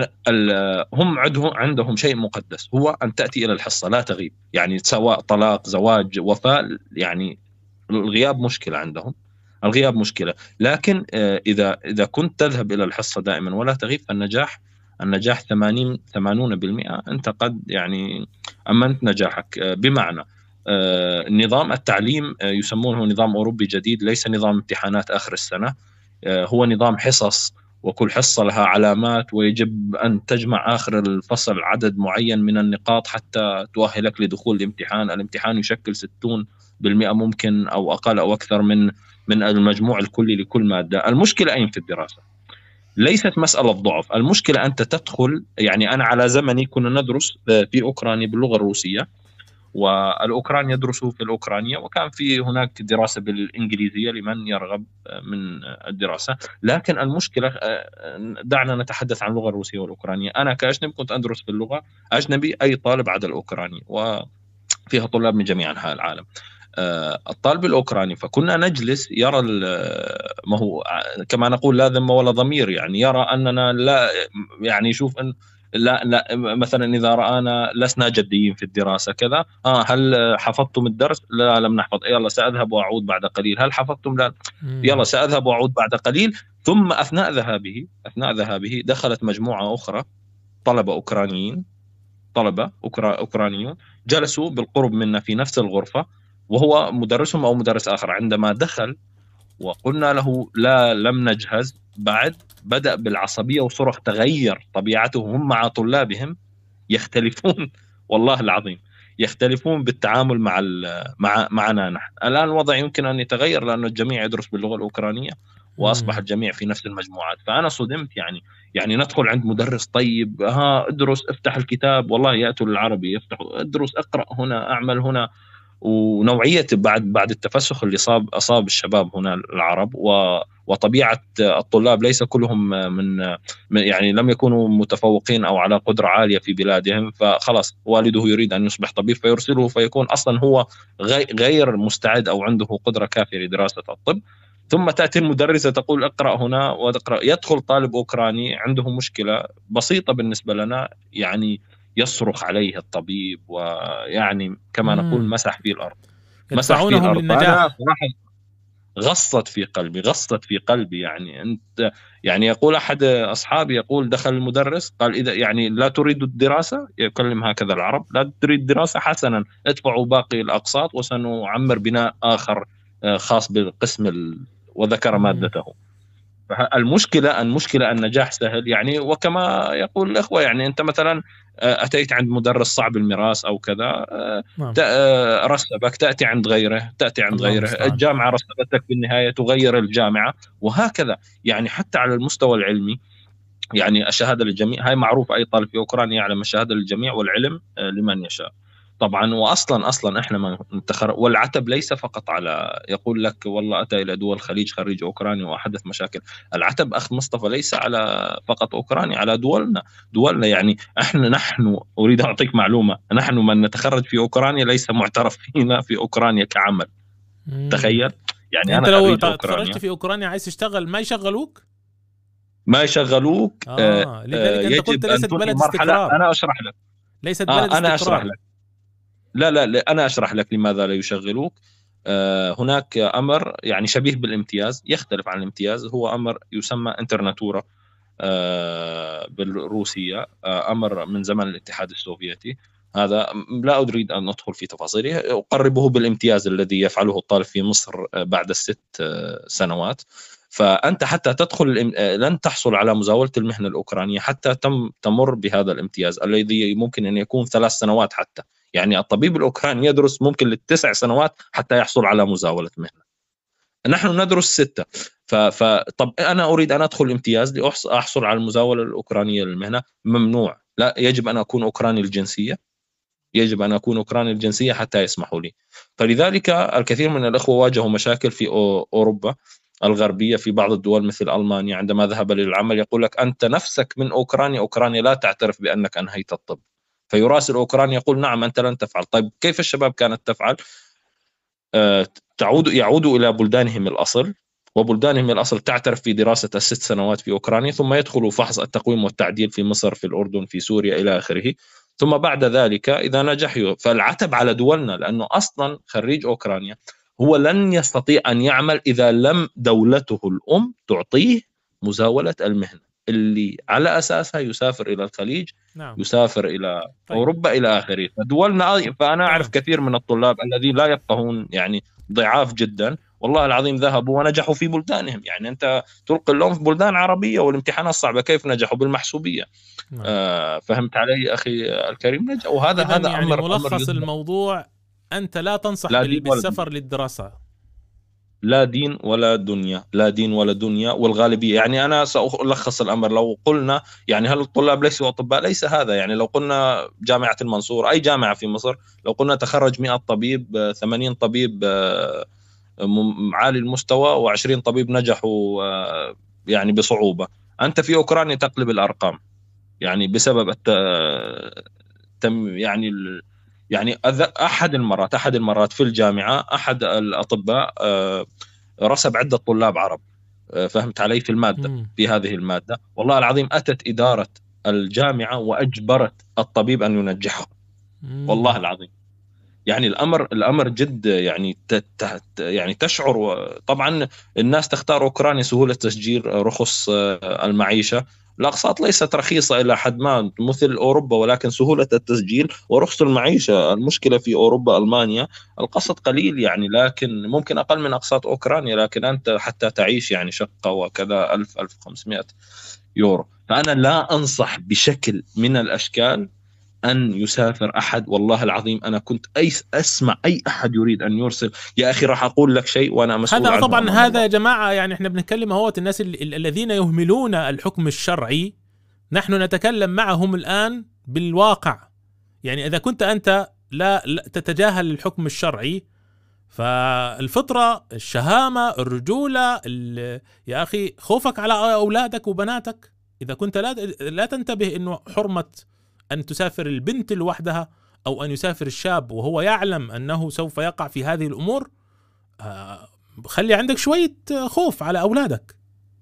هم عندهم شيء مقدس، هو أن تأتي إلى الحصة لا تغيب، يعني سواء طلاق زواج وفاة، يعني الغياب مشكلة عندهم، الغياب مشكلة. لكن إذا إذا كنت تذهب إلى الحصة دائما ولا تغيب، فالنجاح النجاح ثمانين ثمانون بالمئة، أنت قد يعني أمنت نجاحك. بمعنى نظام التعليم يسمونه نظام أوروبي جديد، ليس نظام امتحانات آخر السنة، هو نظام حصص، وكل حصة لها علامات، ويجب أن تجمع آخر الفصل عدد معين من النقاط حتى تؤهلك لدخول الامتحان. الامتحان يشكل ستين بالمئة ممكن أو أقل أو أكثر من من المجموع الكلي لكل مادة. المشكلة أين في الدراسة؟ ليست مسألة ضعف، المشكلة أنت تدخل، يعني أنا على زمني كنا ندرس في أوكرانيا باللغة الروسية، والأوكران يدرسوا في الأوكرانية، وكان في هناك دراسة بالإنجليزية لمن يرغب من الدراسة. لكن المشكلة، دعنا نتحدث عن اللغة الروسية والأوكرانية، أنا كأجنبي كنت أدرس في اللغة أجنبي أي طالب عدا الأوكراني، وفيها طلاب من جميع أنحاء العالم. الطالب الأوكراني فكنا نجلس يرى، ما هو كما نقول لا ذم ولا ضمير، يعني يرى أننا لا، يعني يشوف أن لا لا مثلا إذا رآنا لسنا جديين في الدراسة كذا، آه هل حفظتم الدرس؟ لا لم نحفظ، يلا سأذهب وأعود بعد قليل. هل حفظتم؟ لا، يلا سأذهب وأعود بعد قليل. ثم أثناء ذهابه أثناء ذهابه دخلت مجموعة أخرى طلبة أوكرانيين طلبة أوكرانيون جلسوا بالقرب منا في نفس الغرفة، وهو مدرسهم أو مدرس آخر. عندما دخل وقلنا له لا لم نجهز بعد، بدأ بالعصبية وصرخ، تغير طبيعته. هم مع طلابهم يختلفون والله العظيم، يختلفون بالتعامل مع مع معنا نحن. الآن الوضع يمكن أن يتغير لأن الجميع يدرس باللغة الأوكرانية وأصبح الجميع في نفس المجموعات. فأنا صدمت، يعني يعني ندخل عند مدرس طيب، ها ادرس افتح الكتاب، والله يأتوا للعربي يفتحوا ادرس اقرأ هنا أعمل هنا. ونوعية بعد بعد التفسخ اللي صاب أصاب الشباب هنا العرب، وطبيعة الطلاب ليس كلهم من يعني لم يكونوا متفوقين أو على قدرة عالية في بلادهم، فخلاص والده يريد أن يصبح طبيب فيرسله، فيكون أصلا هو غير مستعد أو عنده قدرة كافية لدراسة الطب. ثم تأتي المدرسة تقول اقرأ هنا وتقرأ. يدخل طالب أوكراني عنده مشكلة بصيطة بالنسبة لنا، يعني يصرخ عليه الطبيب، ويعني كما مم. نقول مسح في الأرض، مسح في الأرض. للنجاح. غصت في قلبي غصت في قلبي يعني أنت يعني يقول أحد أصحابي، يقول دخل المدرس قال إذا يعني لا تريد الدراسة، يكلم هكذا العرب، لا تريد الدراسة حسنا ادفعوا باقي الأقساط وسنعمر بناء آخر خاص بالقسم ال... وذكر مادته. المشكلة المشكلة النجاح سهل يعني، وكما يقول الأخوة يعني أنت مثلا أتيت عند مدرس صعب المراس أو كذا نعم. رسبك، تأتي عند غيره تأتي عند غيره مستعد. الجامعة رسبتك بالنهاية تغير الجامعة، وهكذا يعني. حتى على المستوى العلمي يعني الشهادة للجميع، هاي معروف، أي طالب في أوكرانيا يعلم الشهادة للجميع والعلم لمن يشاء طبعا. واصلا اصلا احنا ما نتخر... والعتب ليس فقط على يقول لك والله اتى الى دول الخليج خريج اوكراني واحدث مشاكل. العتب اخ مصطفى ليس على فقط اوكرانيا، على دولنا دولنا يعني احنا نحن اريد اعطيك معلومه، نحن من نتخرج في اوكرانيا ليس معترف فينا في اوكرانيا كعمل. مم. تخيل يعني انت لو تخرجت في اوكرانيا عايز تشتغل ما يشغلوك ما يشغلوك اه لذلك انت قلت ليست بلد استقرار. انا اشرح لك ليست بلد آه استقرار. انا اشرح لك لا لا لا أنا أشرح لك لماذا لا يشغلوك. آه هناك أمر يعني شبيه بالامتياز، يختلف عن الامتياز، هو أمر يسمى انترناتورا آه بالروسية، آه أمر من زمن الاتحاد السوفيتي. هذا لا أريد أن ندخل في تفاصيله، أقربه بالامتياز الذي يفعله الطالب في مصر بعد الست آه سنوات. فأنت حتى تدخل لن تحصل على مزاولة المهنة الأوكرانية حتى تم تمر بهذا الامتياز الذي ممكن أن يكون ثلاث سنوات حتى. يعني الطبيب الأوكراني يدرس ممكن للتسع سنوات حتى يحصل على مزاولة مهنة، نحن ندرس ستة. فطب أنا أريد أن أدخل امتياز لأحصل على المزاولة الأوكرانية للمهنة، ممنوع. لا، يجب أن أكون أوكراني الجنسية، يجب أن أكون أوكراني الجنسية حتى يسمحوا لي. فلذلك الكثير من الأخوة واجهوا مشاكل في أوروبا الغربية، في بعض الدول مثل ألمانيا، عندما ذهب للعمل يقول لك أنت نفسك من أوكرانيا، أوكرانيا لا تعترف بأنك أنهيت الطب. فيراسل أوكرانيا يقول نعم أنت لن تفعل. طيب كيف الشباب كانت تفعل؟ أه تعود يعودوا إلى بلدانهم الأصل، وبلدانهم الأصل تعترف في دراسة الست سنوات في أوكرانيا، ثم يدخلوا فحص التقويم والتعديل في مصر، في الأردن، في سوريا إلى آخره. ثم بعد ذلك إذا نجحوا، فالعتب على دولنا، لأنه أصلا خريج أوكرانيا هو لن يستطيع أن يعمل إذا لم دولته الأم تعطيه مزاولة المهنة اللي على أساسها يسافر إلى الخليج، نعم. يسافر إلى طيب. أوروبا إلى آخره. فدولنا، فأنا أعرف نعم. كثير من الطلاب الذين لا يفقهون يعني ضعاف جدا والله العظيم ذهبوا ونجحوا في بلدانهم. يعني أنت تلقي اللوم في بلدان عربية والامتحانات صعبة، كيف نجحوا؟ بالمحسوبية. نعم. آه فهمت علي أخي الكريم؟ نجح. وهذا هذا يعني أمر ملخص أمر الموضوع، أنت لا تنصح لا بالسفر للدراسة. لا دين ولا دنيا، لا دين ولا دنيا. والغالبية يعني أنا سألخص الأمر، لو قلنا يعني هل الطلاب ليسوا أطباء؟ ليس هذا. يعني لو قلنا جامعة المنصور، أي جامعة في مصر، لو قلنا تخرج مئة طبيب، ثمانين طبيب عالي المستوى وعشرين طبيب نجحوا يعني بصعوبة. أنت في أوكرانيا تقلب الأرقام يعني بسبب الت... تم يعني ال... يعني أحد المرات أحد المرات في الجامعة أحد الأطباء رسب عدة طلاب عرب، فهمت علي، في المادة م. في هذه المادة. والله العظيم أتت إدارة الجامعة وأجبرت الطبيب أن ينجحه. م. والله العظيم يعني الأمر الأمر جد يعني تت يعني تشعر. طبعا الناس تختار أوكرانيا سهولة تسجيل، رخص المعيشة، الأقساط ليست رخيصة إلى حد ما مثل أوروبا، ولكن سهولة التسجيل ورخص المعيشة. المشكلة في أوروبا ألمانيا القسط قليل يعني، لكن ممكن أقل من أقساط أوكرانيا، لكن أنت حتى تعيش يعني شقة وكذا ألف ألف وخمسمائة يورو. فأنا لا أنصح بشكل من الأشكال أن يسافر أحد. والله العظيم أنا كنت أي أسمع أي أحد يريد أن يرسل، يا أخي راح أقول لك شيء وأنا مسؤول هذا عنه. طبعا هذا يا جماعة يعني إحنا بنتكلم اهوت الناس الذين يهملون الحكم الشرعي، نحن نتكلم معهم الآن بالواقع. يعني إذا كنت أنت لا, لا تتجاهل الحكم الشرعي، فالفطرة، الشهامة، الرجولة، يا أخي خوفك على أولادك وبناتك. إذا كنت لا لا تنتبه إنه حرمة أن تسافر البنت لوحدها أو أن يسافر الشاب وهو يعلم أنه سوف يقع في هذه الأمور، خلي عندك شوية خوف على أولادك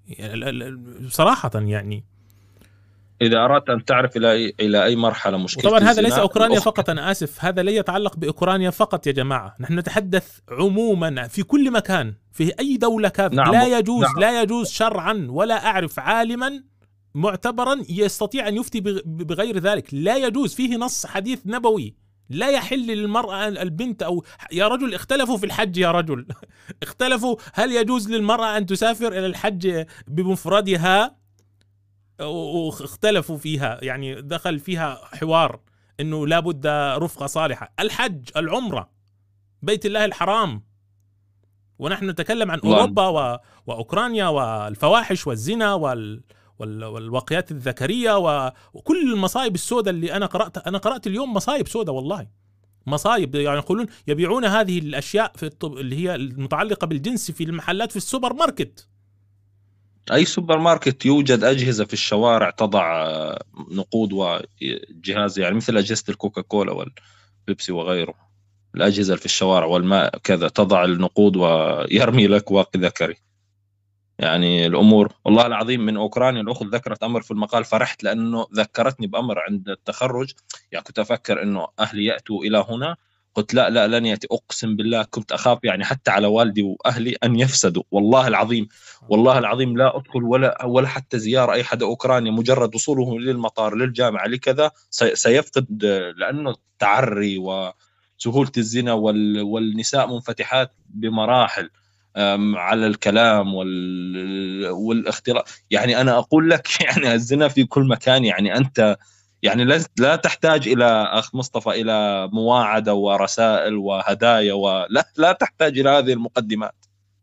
صراحة. يعني إذا أردت أن تعرف إلى أي إلى أي مرحلة مشكلة. طبعا هذا ليس أوكرانيا فقط، أنا آسف، هذا لا يتعلق بأوكرانيا فقط يا جماعة، نحن نتحدث عموما في كل مكان، في أي دولة كافرة. نعم. لا يجوز نعم. لا يجوز شرعا، ولا أعرف عالما معتبرا يستطيع أن يفتي بغير ذلك. لا يجوز، فيه نص حديث نبوي لا يحل للمرأة البنت أو يا رجل. اختلفوا في الحج يا رجل اختلفوا هل يجوز للمرأة أن تسافر إلى الحج بمفردها، واختلفوا فيها، يعني دخل فيها حوار انه لابد رفقة صالحة. الحج، العمرة، بيت الله الحرام، ونحن نتكلم عن اوروبا و... واوكرانيا والفواحش والزنا وال... وال... والواقيات الذكرية و... وكل المصايب السوداء اللي انا قرأت انا قرأت اليوم مصايب سوداء والله، مصايب. يعني يقولون يبيعون هذه الاشياء في الطب اللي هي المتعلقة بالجنس في المحلات في السوبر ماركت. أي سوبر ماركت يوجد أجهزة في الشوارع تضع نقود وجهاز، يعني مثل أجهزة الكوكاكولا والبيبسي وغيره، الأجهزة في الشوارع والماء كذا، تضع النقود ويرمي لك واقي ذكري. يعني الأمور والله العظيم من أوكرانيا. الأخت ذكرت أمر في المقال، فرحت لأنه ذكرتني بأمر عند التخرج. يعني كنت أفكر أنه أهلي يأتوا إلى هنا، قلت لا لا لن يأتي، أقسم بالله كنت أخاف يعني حتى على والدي وأهلي أن يفسدوا. والله العظيم والله العظيم لا أدخل ولا ولا حتى زيارة أي حد أوكرانيا، مجرد وصوله للمطار للجامعة لكذا سيفقد، لأنه التعري وسهولة الزنا والنساء منفتحات بمراحل على الكلام والاختلاط. يعني أنا أقول لك يعني الزنا في كل مكان. يعني أنت يعني لا تحتاج إلى أخ مصطفى إلى مواعدة ورسائل وهدايا، ولا لا تحتاج إلى هذه المقدمات.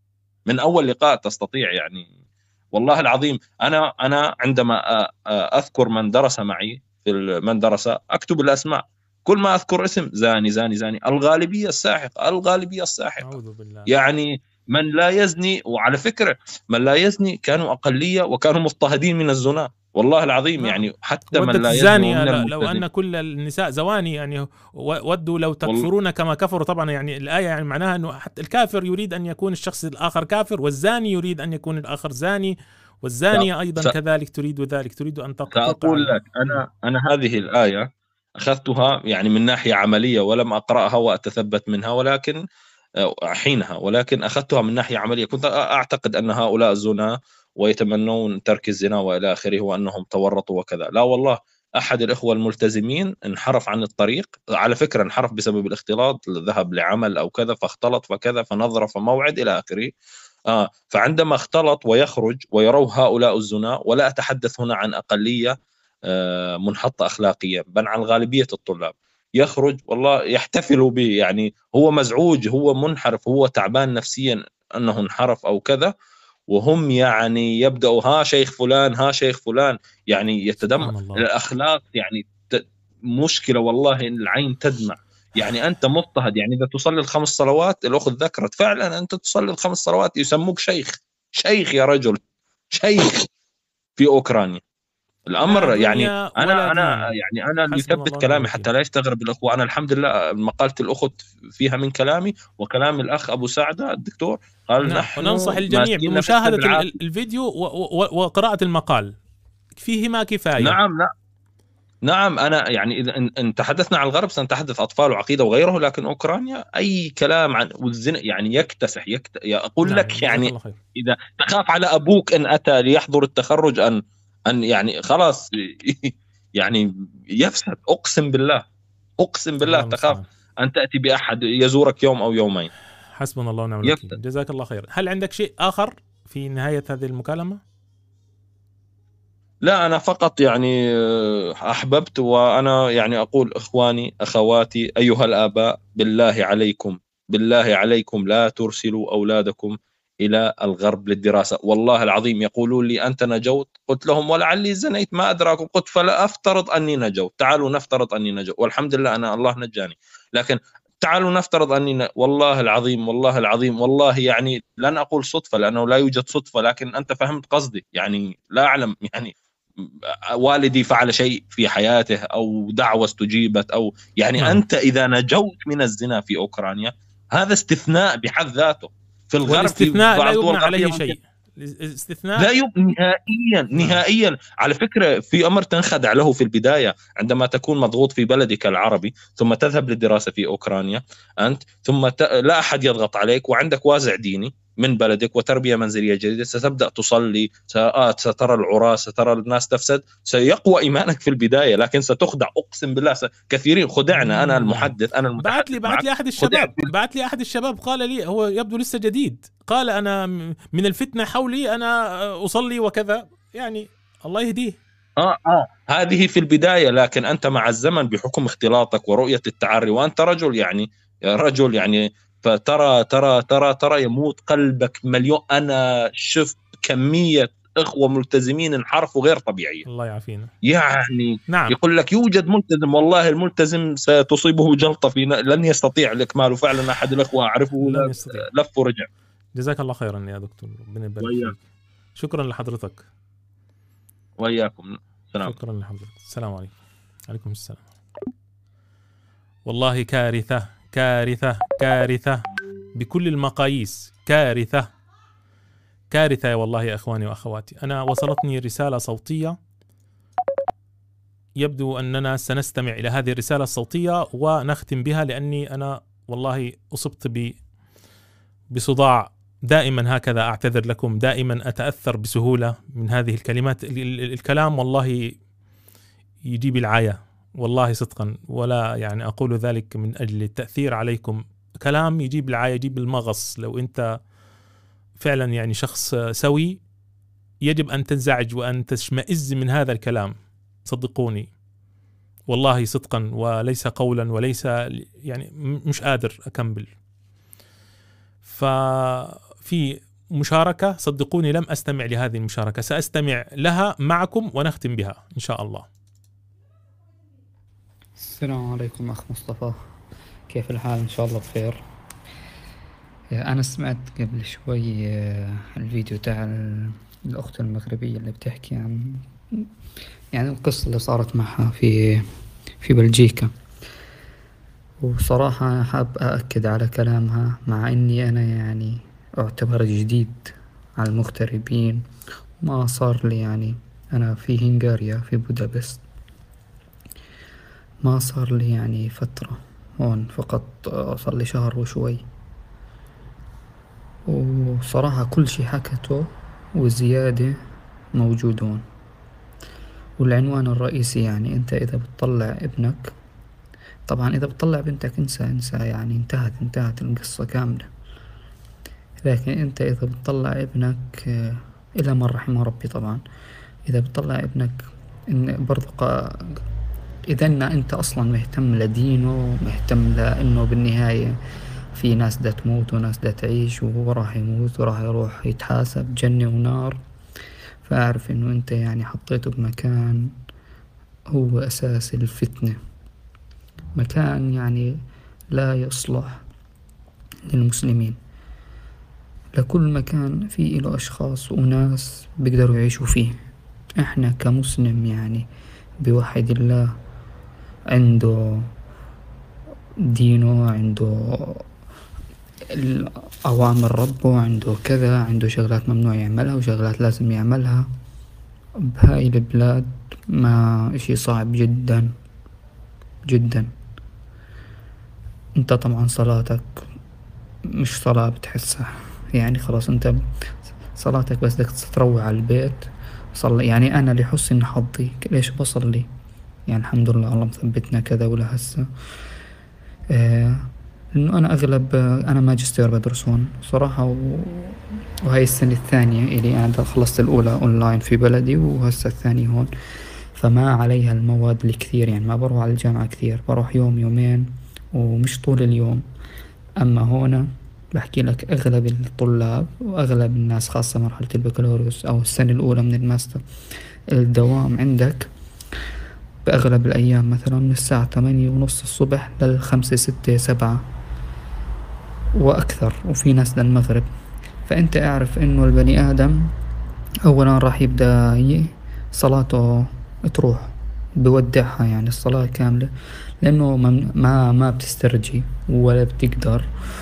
من أول لقاء تستطيع. يعني والله العظيم أنا أنا عندما أذكر من درس معي في من درس أكتب الأسماء، كل ما أذكر اسم زاني زاني زاني، الغالبية الساحقة الغالبية الساحقة. أعوذ بالله. يعني من لا يزني، وعلى فكرة من لا يزني كانوا أقلية وكانوا مضطهدين من الزنا والله العظيم. نعم. يعني حتى من لا يزني لو أن كل النساء زواني، يعني ودوا لو تكفرون كما كفروا. طبعا يعني الآية يعني معناها أنه حتى الكافر يريد أن يكون الشخص الآخر كافر، والزاني يريد أن يكون الآخر زاني، والزانية أيضا ف... كذلك تريد ذلك، تريد أن تقطع. أقول لك أنا أنا هذه الآية أخذتها يعني من ناحية عملية، ولم أقرأها وأتثبت منها، ولكن حينها ولكن أخذتها من ناحية عملية. كنت أعتقد أن هؤلاء الزنا ويتمنون ترك الزنا وإلى آخره، وأنهم تورطوا وكذا. لا والله، أحد الإخوة الملتزمين انحرف عن الطريق. على فكرة انحرف بسبب الاختلاط، ذهب لعمل أو كذا فاختلط فكذا فنظر فموعد إلى آخره. آه فعندما اختلط ويخرج ويروا هؤلاء الزنا، ولا أتحدث هنا عن أقلية آه منحطة أخلاقيا، بل عن غالبية الطلاب، يخرج والله يحتفلوا به. يعني هو مزعوج، هو منحرف، هو تعبان نفسيا أنه انحرف أو كذا، وهم يعني يبدأوا ها شيخ فلان ها شيخ فلان، يعني يتدمر الأخلاق. يعني مشكلة والله، العين تدمع. يعني أنت مضطهد. يعني إذا تصلي الخمس صلوات، الأخت ذكرت فعلا أنت تصلي الخمس صلوات يسموك شيخ. شيخ يا رجل، شيخ في أوكرانيا. الأمر يعني أنا أنا يعني أنا اللي يثبت كلامي حتى لا يستغرب الأخوة. أنا الحمد لله مقالة الأخت فيها من كلامي وكلام الأخ أبو سعدة الدكتور، قال نعم. نحن وننصح الجميع بمشاهدة الفيديو وقراءة المقال، فيهما كفاية. نعم لا نعم أنا يعني إذا إن تحدثنا عن الغرب سنتحدث أطفال وعقيدة وغيره، لكن أوكرانيا أي كلام عن والزنا يعني يكتسح يكت... أقول نعم. لك يعني إذا تخاف على أبوك إن أتى ليحضر التخرج أن أن يعني خلاص يعني يفسد. أقسم بالله أقسم بالله تخاف أن تأتي بأحد يزورك يوم أو يومين. حسبنا الله ونعم الوكيل. جزاك الله خير. هل عندك شيء آخر في نهاية هذه المكالمة؟ لا، أنا فقط يعني أحببت وأنا يعني أقول إخواني أخواتي أيها الآباء، بالله عليكم بالله عليكم لا ترسلوا أولادكم إلى الغرب للدراسة. والله العظيم يقولون لي أنت نجوت، قلت لهم ولعلي زنيت ما أدراكم، قلت فلا أفترض أني نجوت، تعالوا نفترض أني نجوت والحمد لله أنا الله نجاني، لكن تعالوا نفترض أني ن... والله العظيم والله العظيم والله يعني لن أقول صدفة لأنه لا يوجد صدفة، لكن أنت فهمت قصدي. يعني لا أعلم يعني والدي فعل شيء في حياته أو دعوة استجيبت أو يعني نعم. أنت إذا نجوت من الزنا في أوكرانيا هذا استثناء بحد ذاته. في الغرب والاستثناء لا يبنى عليه شيء، الاستثناء لا يبنى نهائيا نهائيا. على فكرة في أمر تنخدع له في البداية، عندما تكون مضغوط في بلدك العربي ثم تذهب للدراسة في أوكرانيا أنت، ثم ت... لا أحد يضغط عليك وعندك وازع ديني من بلدك وتربية منزلية جديدة، ستبدأ تصلي، سترى العراة، سترى الناس تفسد، سيقوى إيمانك في البداية، لكن ستخدع. أقسم بالله س... كثيرين خدعنا. أنا المحدث أنا المتحدث بعت لي بعت لي أحد الشباب بعت لي أحد الشباب قال لي، هو يبدو لسه جديد، قال أنا من الفتنة حولي أنا أصلي وكذا، يعني الله يهديه. آه آه هذه في البداية، لكن أنت مع الزمن بحكم اختلاطك ورؤية التعري، وأنت رجل يعني رجل يعني فترى ترى ترى ترى يموت قلبك مليون. أنا شفت كمية إخوة ملتزمين انحرفوا غير طبيعية، الله يعافينا. يعني نعم. يقول لك يوجد ملتزم، والله الملتزم ستصيبه جلطة في لن يستطيع الإكمال. وفعلا أحد الأخوة أعرفه لف ورجع. جزاك الله خيرا يا دكتور، ربنا يبارك فيك. شكرا لحضرتك. وإياكم. سلام. شكرا لحضرتك. السلام عليكم. عليكم السلام. والله كارثة كارثة كارثة بكل المقاييس، كارثة كارثة والله يا أخواني وأخواتي. أنا وصلتني رسالة صوتية، يبدو أننا سنستمع إلى هذه الرسالة الصوتية ونختم بها، لأني أنا والله أصبت ب بصداع دائما هكذا. أعتذر لكم، دائما أتأثر بسهولة من هذه الكلمات. الكلام والله يجيب العاية والله صدقا، ولا يعني أقول ذلك من أجل التأثير عليكم. كلام يجيب العاية، يجيب المغص. لو أنت فعلا يعني شخص سوي يجب أن تنزعج وأن تشمئز من هذا الكلام، صدقوني والله صدقا، وليس قولا وليس يعني مش قادر أكمل. ففي مشاركة صدقوني لم أستمع لهذه المشاركة، سأستمع لها معكم ونختم بها إن شاء الله. السلام عليكم أخ مصطفى، كيف الحال؟ إن شاء الله بخير. أنا سمعت قبل شوي الفيديو تاع الأخت المغربية اللي بتحكي عن يعني القصة اللي صارت معها في في بلجيكا، وصراحة حاب أأكد على كلامها، مع إني أنا يعني أعتبر جديد على المغتربين. ما صار لي يعني أنا في هنغاريا في بودابست، ما صار لي يعني فترة هون، فقط صار لي شهر وشوي. وصراحة كل شي حكته وزيادة موجود هون. والعنوان الرئيسي يعني أنت إذا بتطلع ابنك، طبعا إذا بتطلع بنتك انسى انسى يعني انتهت انتهت القصة كاملة. لكن أنت إذا بتطلع ابنك إلى من رحمه ربي، طبعا إذا بتطلع ابنك إن برضو إذا أنت أصلا مهتم لدينه، مهتم لأنه بالنهاية في ناس دا تموت وناس دا تعيش، وهو راح يموت وراح يروح يتحاسب جنة ونار، فأعرف إنه أنت يعني حطيته بمكان هو أساس الفتنة، مكان يعني لا يصلح للمسلمين. لكل مكان فيه له أشخاص وناس بيقدروا يعيشوا فيه. إحنا كمسلم يعني بوحد الله، عنده دينه، عنده أوامر ربه، عنده كذا، عنده شغلات ممنوع يعملها وشغلات لازم يعملها. بهاي البلاد ما إشي صعب جدا جدا. انت طبعا صلاتك مش صلاة بتحسها، يعني خلاص انت صلاتك بس بدك تروح على البيت صلي. يعني انا لحسن حظي ليش بصلي، يعني الحمد لله الله مثبتنا كذا ولا هسه، آه لانه انا اغلب انا ماجستير بدرس هون صراحة، و... وهي السنة الثانية الي انا خلصت الاولى اونلاين في بلدي وهسه الثانية هون، فما عليها المواد الكثير، يعني ما بروح على الجامعة كثير، بروح يوم يومين ومش طول اليوم. أما هنا بحكي لك أغلب الطلاب وأغلب الناس خاصة مرحلة البكالوريوس أو السنة الأولى من الماستر، الدوام عندك بأغلب الأيام مثلا من الساعة ثمانية ونص الصبح للخمسة ستة سبعة وأكثر، وفي ناس للمغرب. فأنت أعرف إنه البني آدم أولا راح يبدأ صلاته تروح بودعها، يعني الصلاة كاملة، لأنه ما ما بتسترجي ولا بتقدر،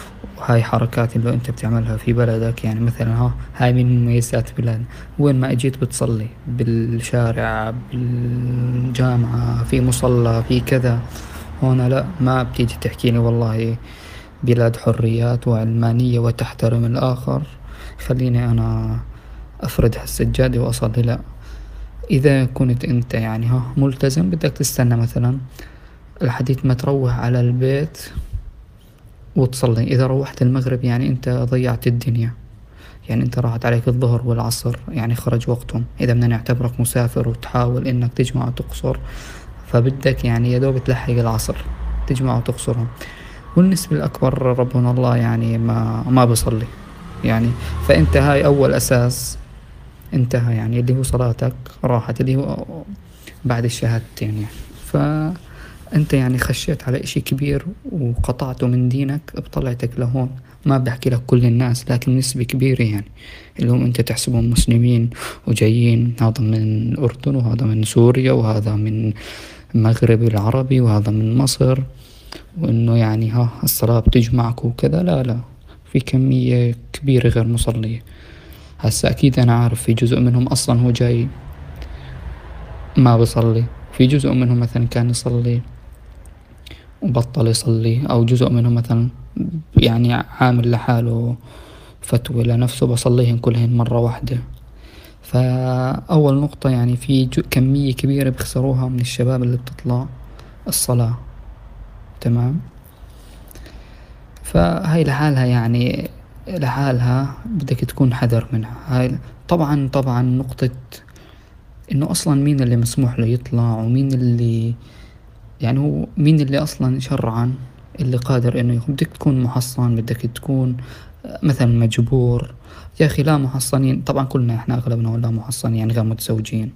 وهاي حركات اللي انت بتعملها في بلدك، يعني مثلا ها هاي من مميزات بلادنا. وين ما اجيت بتصلي بالشارع، بالجامعة، في مصلى، في كذا. هنا لا، ما بتيجي تحكي لي والله بلاد حريات وعلمانية وتحترم الآخر، خليني أنا أفرد هالسجادة وأصلي. لا، إذا كنت أنت يعني ها ملتزم بدك تستنى مثلا لحديت ما تروح على البيت وتصلي. إذا روحت المغرب يعني أنت ضيعت الدنيا، يعني أنت راحت عليك الظهر والعصر، يعني خرج وقتهم. إذا بدنا نعتبرك مسافر وتحاول إنك تجمع وتقصر، فبدك يعني يا دوب تلحق العصر تجمع وتقصرهم. والنسبة الأكبر ربنا الله يعني ما ما بصلي يعني. فأنت هاي أول أساس انتهى، يعني اللي هو صلاتك راحت، اللي هو بعد الشهادتين يعني. فأنت يعني خشيت على إشي كبير وقطعته من دينك بطلعتك لهون. ما بحكي لك كل الناس، لكن نسبة كبيرة يعني اللي هم أنت تحسبهم مسلمين وجايين، هذا من الأردن وهذا من سوريا وهذا من المغرب العربي وهذا من مصر، وإنه يعني ها الصلاة بتجمعك وكذا. لا لا، في كمية كبيرة غير مصلية. هسا أكيد أنا عارف في جزء منهم أصلا هو جاي ما بصلي، في جزء منهم مثلا كان يصلي وبطل يصلي، أو جزء منهم مثلا يعني عامل لحاله فتوى لنفسه بصليهن كلهن مرة واحدة. فأول نقطة يعني في كمية كبيرة بيخسروها من الشباب اللي بتطلع الصلاة. تمام. فهاي لحالها يعني لحالها بدك تكون حذر منها. هاي طبعا طبعا نقطة انه اصلا مين اللي مسموح له يطلع، ومين اللي يعني هو مين اللي اصلا شرعا اللي قادر انه يخرج. بدك تكون محصن، بدك تكون مثلا مجبور. يا اخي لا محصنين طبعا كلنا احنا اغلبنا ولا محصنين يعني غير متزوجين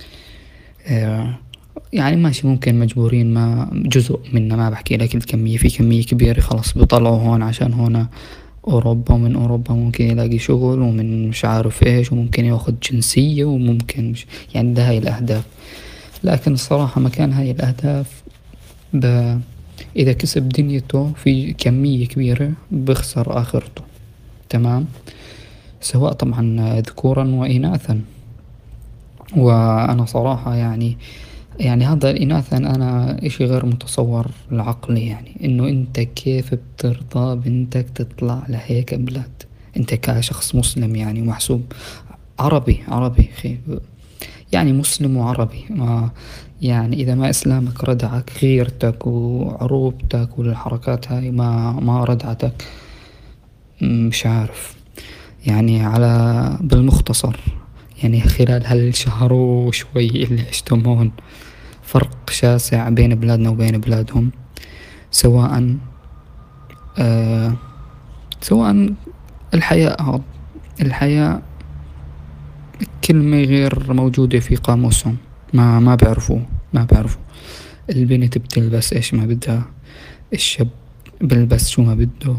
يعني ماشي، ممكن مجبورين، ما جزء منا، ما بحكي لك الكمية. في كمية كبيرة خلاص بيطلعوا هون عشان هون أوروبا، ومن أوروبا ممكن يلاقي شغل، ومن مش عارف إيش، وممكن يأخذ جنسية، وممكن مش يعني ده هاي الأهداف. لكن الصراحة مكان هاي الأهداف ب... إذا كسب دنيته في كمية كبيرة بخسر آخرته. تمام. سواء طبعا ذكورا وإناثا. وأنا صراحة يعني يعني هذا الإناثا أنا إشي غير متصور لعقلي، يعني إنه أنت كيف بترضى بنتك تطلع لهيك بلاد؟ أنت كشخص مسلم يعني محسوب عربي عربي خي يعني مسلم وعربي، ما يعني إذا ما إسلامك ردعك، غيرتك وعروبتك والحركات هاي ما ما ردعتك، مش عارف يعني. على بالمختصر يعني خلال هالشهر وشوي اللي عشتهم هون فرق شاسع بين بلادنا وبين بلادهم. سواء آه سواء الحياء، هذا الحياء كلمة غير موجودة في قاموسهم، ما ما بيعرفوا ما بيعرفوا البنت بتلبس ايش ما بدها، الشاب بلبس شو ما بده،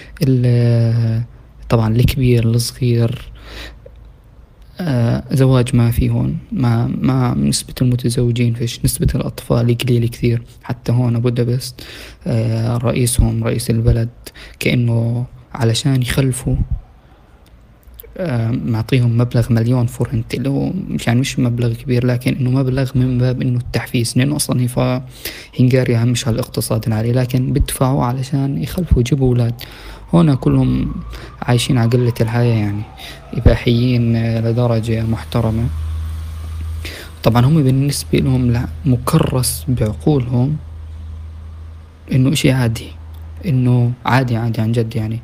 طبعا الكبير الصغير. آه زواج ما في هون، ما ما نسبة المتزوجين فيش، نسبة الأطفال قليل كثير. حتى هون بودابست آه رئيسهم رئيس البلد كأنه علشان يخلفوا آه معطيهم مبلغ مليون فورنت، اللي هو يعني مش مبلغ كبير، لكن إنه مبلغ من باب إنه التحفيز، لأنه أصلا هي هنغاريا مش على الاقتصاد العالي، لكن بدفعوا علشان يخلفوا يجيبوا أولاد. هنا كلهم عايشين على قلة الحياة، يعني إباحيين لدرجة محترمة. طبعا هم بالنسبة لهم لا، مكرس بعقولهم إنه إشي عادي، إنه عادي عادي عن جد يعني.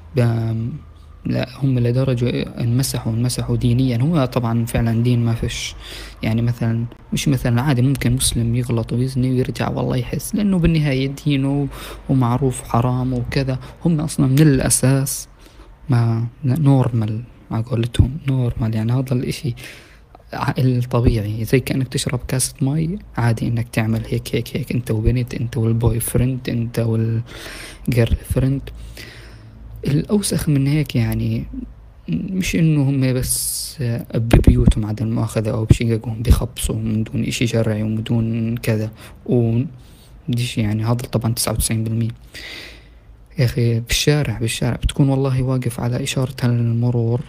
لا هم لدرجة انمسحوا انمسحوا دينيا. هو طبعا فعلا دين ما فيش يعني، مثلا مش مثلا عادي ممكن مسلم يغلط ويزني ويرجع والله يحس، لأنه بالنهاية دينه ومعروف حرام وكذا. هم أصلا من الأساس ما نورمال، ما قولتهم نورمال يعني هذا الاشي الطبيعي، زي كأنك تشرب كاسة مي عادي انك تعمل هيك هيك هيك انت وبنت، انت والبوي فريند، انت والجيرل فريند. الأوسخ من هيك يعني مش انه هم بس ببيوتهم عدم المؤاخذة او بشققهم بخبصوا من دون اشي شرعي ومن دون كذا وديش يعني، هذا طبعا تسعة وتسعين بالمية يا أخي بالشارع بالشارع بتكون والله واقف على إشارة المرور،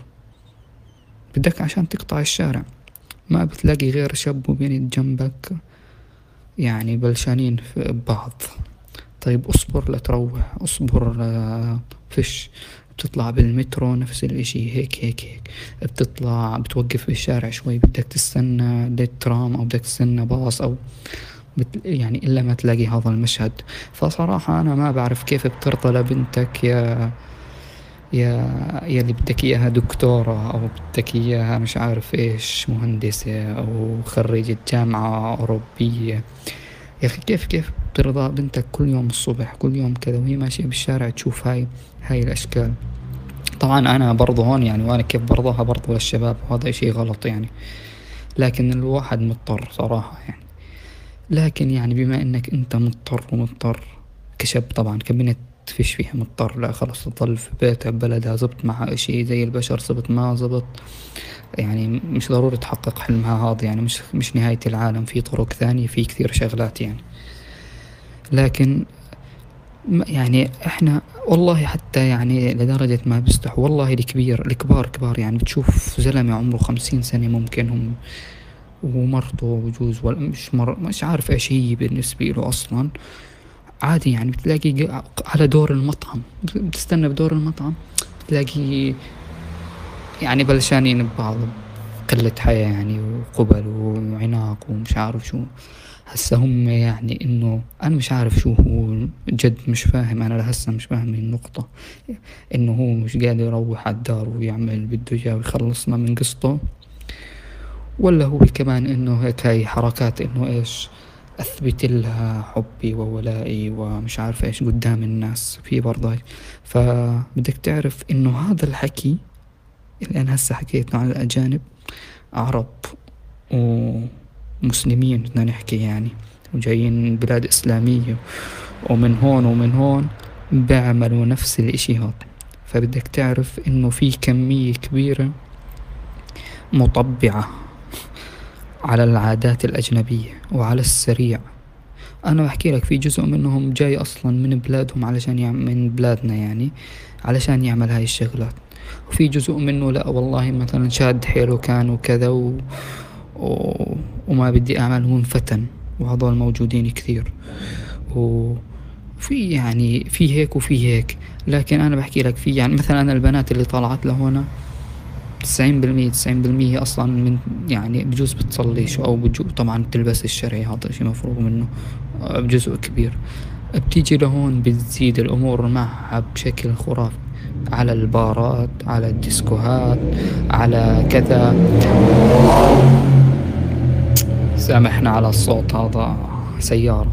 بدك عشان تقطع الشارع ما بتلاقي غير شاب وبنت جنبك يعني بلشانين في بعض. طيب اصبر لتروح، اصبر فش. بتطلع بالمترو نفس الاشي، هيك هيك هيك بتطلع بتوقف بالشارع شوي، بدك تستنى للترام او بدك تستنى باص او بت يعني الا ما تلاقي هذا المشهد. فصراحة انا ما بعرف كيف بترضى لبنتك يا يا يا اللي بدك اياها دكتورة او بدك اياها مش عارف ايش مهندسة او خريجة جامعة اوروبية، يا اخي كيف كيف بترضى بنتك كل يوم الصبح كل يوم كذا وهي ماشية بالشارع تشوف هاي هاي الاشكال. طبعا انا برضو هون يعني وانا كيف برضاها برضو للشباب، وهذا اشي غلط يعني، لكن الواحد مضطر صراحة يعني. لكن يعني بما انك انت مضطر ومضطر كشاب، طبعا كبنت فيش فيها مضطر، لا خلاص تضل في بيتها ببلدها، زبط معها اشي زي البشر، زبط ما زبط يعني مش ضروري تحقق حلمها هذا يعني، مش مش نهاية العالم، في طرق ثانية، في كثير شغلات يعني. لكن يعني احنا والله حتى يعني لدرجة ما بيستحوا والله الكبير الكبار كبار يعني، بتشوف زلمة عمره خمسين سنة ممكن هم ومرته وجوز ولا مش مر مش عارف ايش هي بالنسبة له اصلا، عادي يعني بتلاقي على دور المطعم، بتستنى بدور المطعم بتلاقي يعني بلشانين ببعض، قلة حياة يعني وقبل وعناق ومش عارف شو. هسا هم يعني انه انا مش عارف شو هو جد، مش فاهم انا لهسه مش فاهم النقطة، انه هو مش قادر يروح على الدار ويعمل بده اياه ويخلصنا من قصته، ولا هو كمان انه هيك هاي حركات انه ايش اثبت لها حبي وولائي ومش عارف ايش قدام الناس في برضه. فبدك تعرف انه هذا الحكي اللي انا هسه حكيته عن الاجانب عرب ومسلمين بدنا نحكي يعني، وجايين من بلاد اسلامية ومن هون ومن هون بيعملوا نفس الاشي هذا. فبدك تعرف انه في كمية كبيرة مطبعة على العادات الأجنبية وعلى السريع. أنا بحكي لك في جزء منهم جاي أصلا من بلادهم علشان يعمل من بلادنا يعني علشان يعمل هاي الشغلات، وفي جزء منه لا والله مثلا شاد حيله كان وكذا و... و... وما بدي أعمل وانفتن، وهذول موجودين كثير، وفي يعني في هيك وفي هيك. لكن أنا بحكي لك في يعني مثلا أنا البنات اللي طلعت لهنا تسعين بالمية تسعين بالمية أصلا من يعني بجوز بتصليش أو بجوز طبعا بتلبس الشرعي، هذا شيء مفروغ منه بجزء كبير. بتيجي لهون بتزيد الأمور معها بشكل خرافي، على البارات على الديسكوهات على كذا. سامحنا على الصوت هذا سيارة.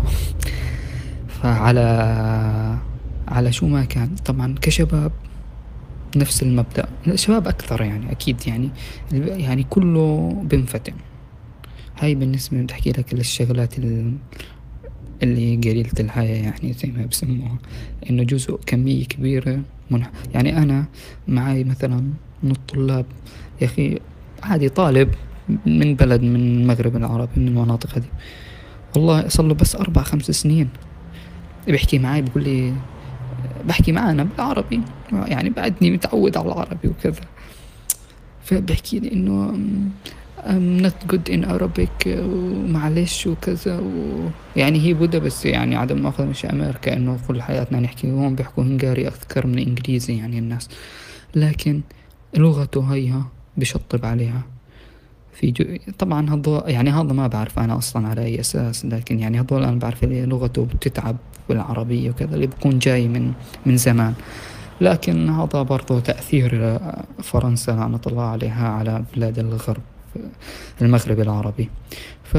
فعلى على شو ما كان طبعا كشباب نفس المبدأ، الشباب أكثر يعني أكيد يعني يعني كله بنفتن. هاي بالنسبة بتحكي لك للشغلات اللي قليلة الحياة يعني زي ما بسموها، إنه جزء كمية كبيرة منح. يعني أنا معي مثلا من الطلاب يا أخي عادي طالب من بلد من المغرب العربي من المناطق هذه، والله صار له بس أربع خمس سنين بيحكي معي بيقول لي بحكي معانا بالعربي يعني بعدني متعود على العربي وكذا، فبحكي لي إنه I'm not good in Arabic ومعلش وكذا و... يعني هي بودا بس يعني عدم مأخذ مش أمريكا إنه كل حياتنا نحكي هون بيحكوا هنغاري أكثر من إنجليزي يعني الناس، لكن لغته هيها بشطب عليها في جو... طبعا هذا يعني هذا ما بعرف أنا أصلا على أي أساس، لكن يعني هذول أنا بعرف اللي لغته بتتعب بالعربية وكذا اللي بيكون جاي من من زمان. لكن هذا برضو تأثير فرنسا لعنة الله عليها على بلاد الغرب المغرب العربي. ف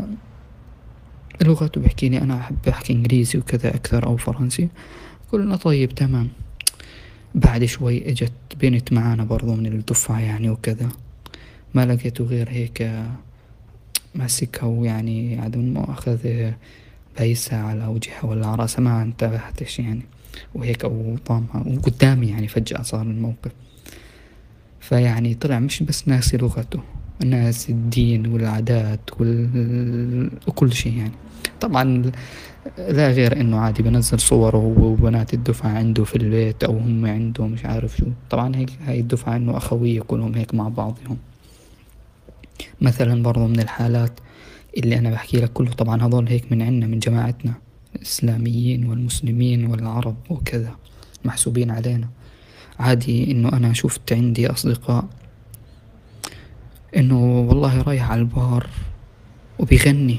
لغته بحكي لي أنا أحب أحكي إنجليزي وكذا أكثر أو فرنسي، قلنا طيب تمام. بعد شوي اجت بنت معانا برضو من الدفعة يعني وكذا، ما لقيته غير هيك ماسكها ويعني عدم مؤاخذة بايسها على وجهها ولا على راسها، ما انتبهتش يعني وهيك أو طامها وقدامي يعني فجأة صار الموقف. فيعني طلع مش بس ناسي لغته ناس الدين والعادات وال... وكل شيء يعني. طبعا لا غير انه عادي بنزل صوره وبنات الدفعة عنده في البيت او هم عنده مش عارف شو. طبعا هيك هاي الدفعة انه اخوية كلهم هيك مع بعضهم. مثلا برضو من الحالات اللي انا بحكي لك كله طبعا هذول هيك من عنا من جماعتنا الاسلاميين والمسلمين والعرب وكذا محسوبين علينا. عادي انه انا شفت عندي اصدقاء انه والله رايح على البار وبيغني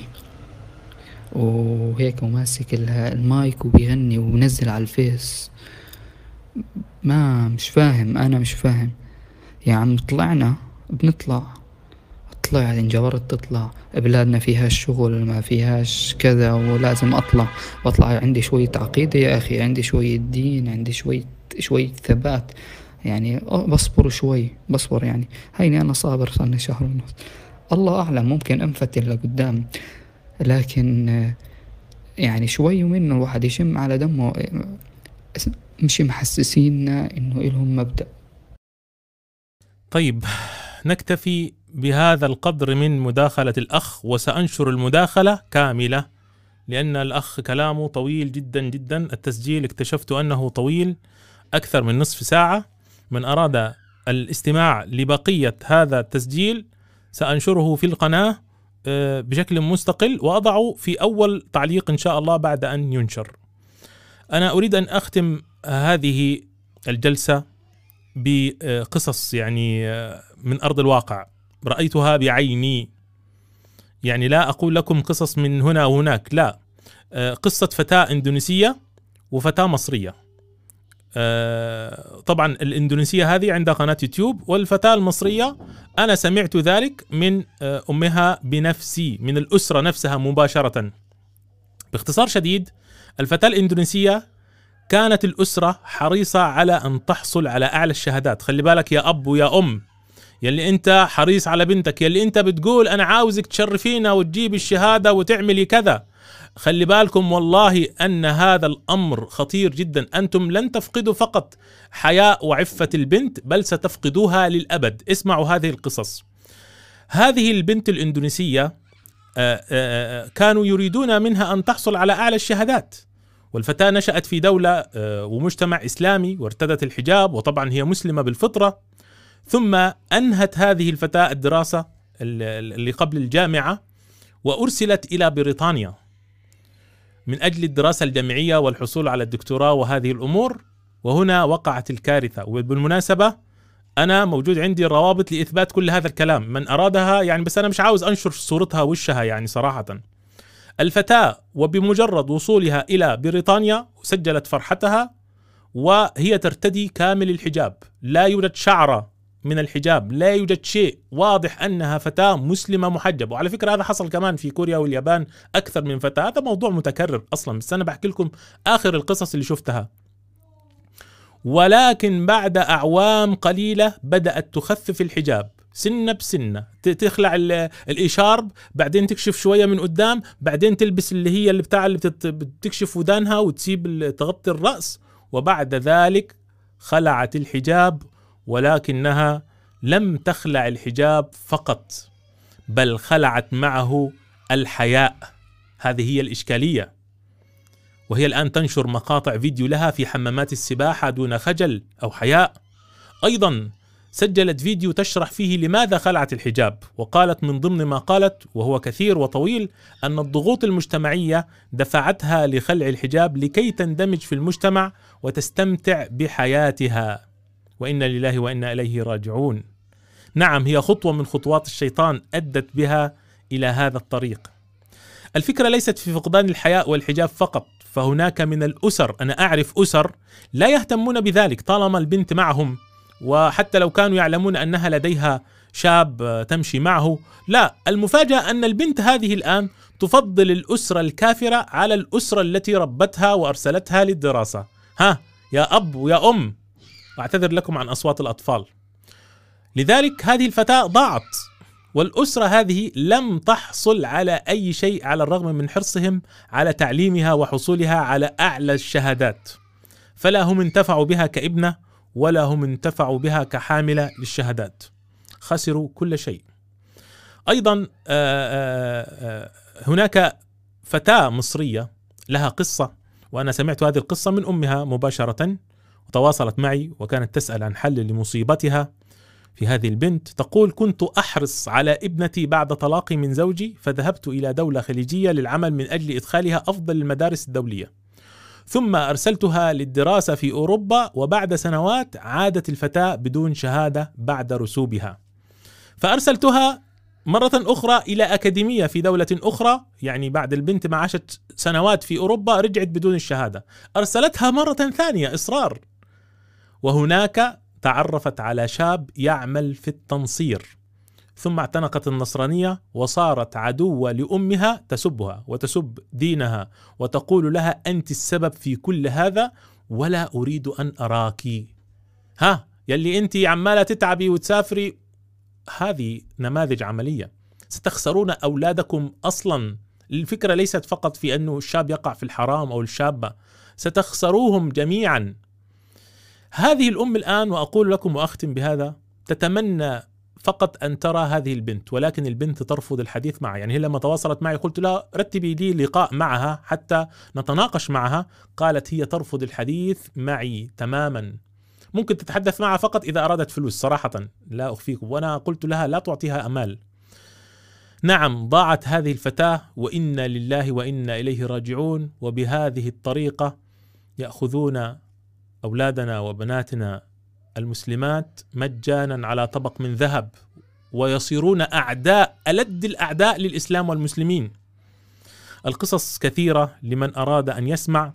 وهيك وماسك المايك وبيغني وبنزل على الفيس. ما مش فاهم انا مش فاهم يا عم. طلعنا بنطلع طلع انجبرت تطلع. بلادنا فيها الشغل ما فيهاش كذا ولازم اطلع واطلع. عندي شوية عقيدة يا اخي عندي شوية دين عندي شوية شوية ثبات يعني. بصبر شوي بصبر يعني. هيني انا صابر صار لي شهر ونص. الله اعلم ممكن انفتن لقدام لكن يعني شوي ومنه الواحد يشم على دمه. مش محسسيننا انه إلهم مبدأ. طيب نكتفي بهذا القدر من مداخلة الأخ وسأنشر المداخلة كاملة لأن الأخ كلامه طويل جدا جدا. التسجيل اكتشفت أنه طويل أكثر من نصف ساعة. من أراد الاستماع لبقية هذا التسجيل سأنشره في القناة بشكل مستقل وأضعه في أول تعليق إن شاء الله بعد أن ينشر. أنا أريد أن أختم هذه الجلسة بقصص يعني من أرض الواقع رأيتها بعيني. يعني لا أقول لكم قصص من هنا وهناك، لا، قصة فتاة إندونيسية وفتاة مصرية. طبعا الإندونيسية هذه عندها قناة يوتيوب، والفتاة المصرية أنا سمعت ذلك من أمها بنفسي من الأسرة نفسها مباشرة. باختصار شديد الفتاة الإندونيسية كانت الأسرة حريصة على أن تحصل على أعلى الشهادات. خلي بالك يا أب ويا أم يلي أنت حريص على بنتك، يلي أنت بتقول أنا عاوزك تشرفينا وتجيب الشهادة وتعملي كذا، خلي بالكم والله أن هذا الأمر خطير جدا. أنتم لن تفقدوا فقط حياء وعفة البنت بل ستفقدوها للأبد. اسمعوا هذه القصص. هذه البنت الإندونيسية كانوا يريدون منها أن تحصل على أعلى الشهادات، والفتاة نشأت في دولة ومجتمع إسلامي وارتدت الحجاب، وطبعا هي مسلمة بالفطرة. ثم أنهت هذه الفتاة الدراسة اللي قبل الجامعة وأرسلت إلى بريطانيا من أجل الدراسة الجامعية والحصول على الدكتوراه وهذه الأمور. وهنا وقعت الكارثة. وبالمناسبة أنا موجود عندي روابط لإثبات كل هذا الكلام من أرادها يعني، بس أنا مش عاوز أنشر صورتها وشها يعني صراحة. الفتاة وبمجرد وصولها إلى بريطانيا سجلت فرحتها وهي ترتدي كامل الحجاب، لا يوجد شعرة من الحجاب، لا يوجد شيء، واضح أنها فتاة مسلمة محجبة. وعلى فكرة هذا حصل كمان في كوريا واليابان أكثر من فتاة، هذا موضوع متكرر أصلا، بس أنا بحكي لكم آخر القصص اللي شفتها. ولكن بعد أعوام قليلة بدأت تخفف الحجاب سنة بسنة، تخلع الإشارب، بعدين تكشف شوية من قدام، بعدين تلبس اللي هي اللي بتاع اللي بتكشف ودانها وتسيب تغطي الرأس، وبعد ذلك خلعت الحجاب. ولكنها لم تخلع الحجاب فقط بل خلعت معه الحياء. هذه هي الإشكالية. وهي الآن تنشر مقاطع فيديو لها في حمامات السباحة دون خجل أو حياء. أيضا سجلت فيديو تشرح فيه لماذا خلعت الحجاب، وقالت من ضمن ما قالت وهو كثير وطويل أن الضغوط المجتمعية دفعتها لخلع الحجاب لكي تندمج في المجتمع وتستمتع بحياتها. وإنا لله وإنا إليه راجعون. نعم، هي خطوة من خطوات الشيطان أدت بها إلى هذا الطريق. الفكرة ليست في فقدان الحياء والحجاب فقط، فهناك من الأسر، أنا أعرف أسر لا يهتمون بذلك طالما البنت معهم، وحتى لو كانوا يعلمون أنها لديها شاب تمشي معه. لا، المفاجأة أن البنت هذه الآن تفضل الأسرة الكافرة على الأسرة التي ربتها وأرسلتها للدراسة. ها يا أب ويا أم، أعتذر لكم عن أصوات الأطفال. لذلك هذه الفتاة ضاعت، والأسرة هذه لم تحصل على أي شيء على الرغم من حرصهم على تعليمها وحصولها على أعلى الشهادات. فلا هم انتفعوا بها كابنة ولا هم انتفعوا بها كحاملة للشهادات، خسروا كل شيء. أيضا هناك فتاة مصرية لها قصة، وأنا سمعت هذه القصة من أمها مباشرة، وتواصلت معي وكانت تسأل عن حل لمصيبتها في هذه البنت. تقول: كنت أحرص على ابنتي بعد طلاقي من زوجي، فذهبت إلى دولة خليجية للعمل من أجل إدخالها أفضل المدارس الدولية، ثم أرسلتها للدراسة في أوروبا، وبعد سنوات عادت الفتاة بدون شهادة بعد رسوبها، فأرسلتها مرة أخرى إلى أكاديمية في دولة أخرى، يعني بعد البنت ما عاشت سنوات في أوروبا رجعت بدون الشهادة، أرسلتها مرة ثانية إصرار، وهناك تعرفت على شاب يعمل في التنصير، ثم اعتنقت النصرانية وصارت عدوة لأمها، تسبها وتسب دينها وتقول لها: أنت السبب في كل هذا ولا أريد أن أراك، ها يلي أنت عمالة تتعبي وتسافري. هذه نماذج عملية. ستخسرون أولادكم أصلا. الفكرة ليست فقط في أنه الشاب يقع في الحرام أو الشابة، ستخسروهم جميعا. هذه الأم الآن، وأقول لكم وأختم بهذا، تتمنى فقط أن ترى هذه البنت، ولكن البنت ترفض الحديث معها. يعني هي لما تواصلت معي قلت لها: رتبي لي لقاء معها حتى نتناقش معها. قالت هي ترفض الحديث معي تماما. ممكن تتحدث معها فقط إذا أرادت فلوس، صراحة لا أخفيكم. وأنا قلت لها: لا تعطيها أمال. نعم، ضاعت هذه الفتاة، وإنا لله وإنا إليه راجعون. وبهذه الطريقة يأخذون أولادنا وبناتنا المسلمات مجانا على طبق من ذهب، ويصيرون أعداء، ألد الأعداء للإسلام والمسلمين. القصص كثيرة لمن أراد أن يسمع،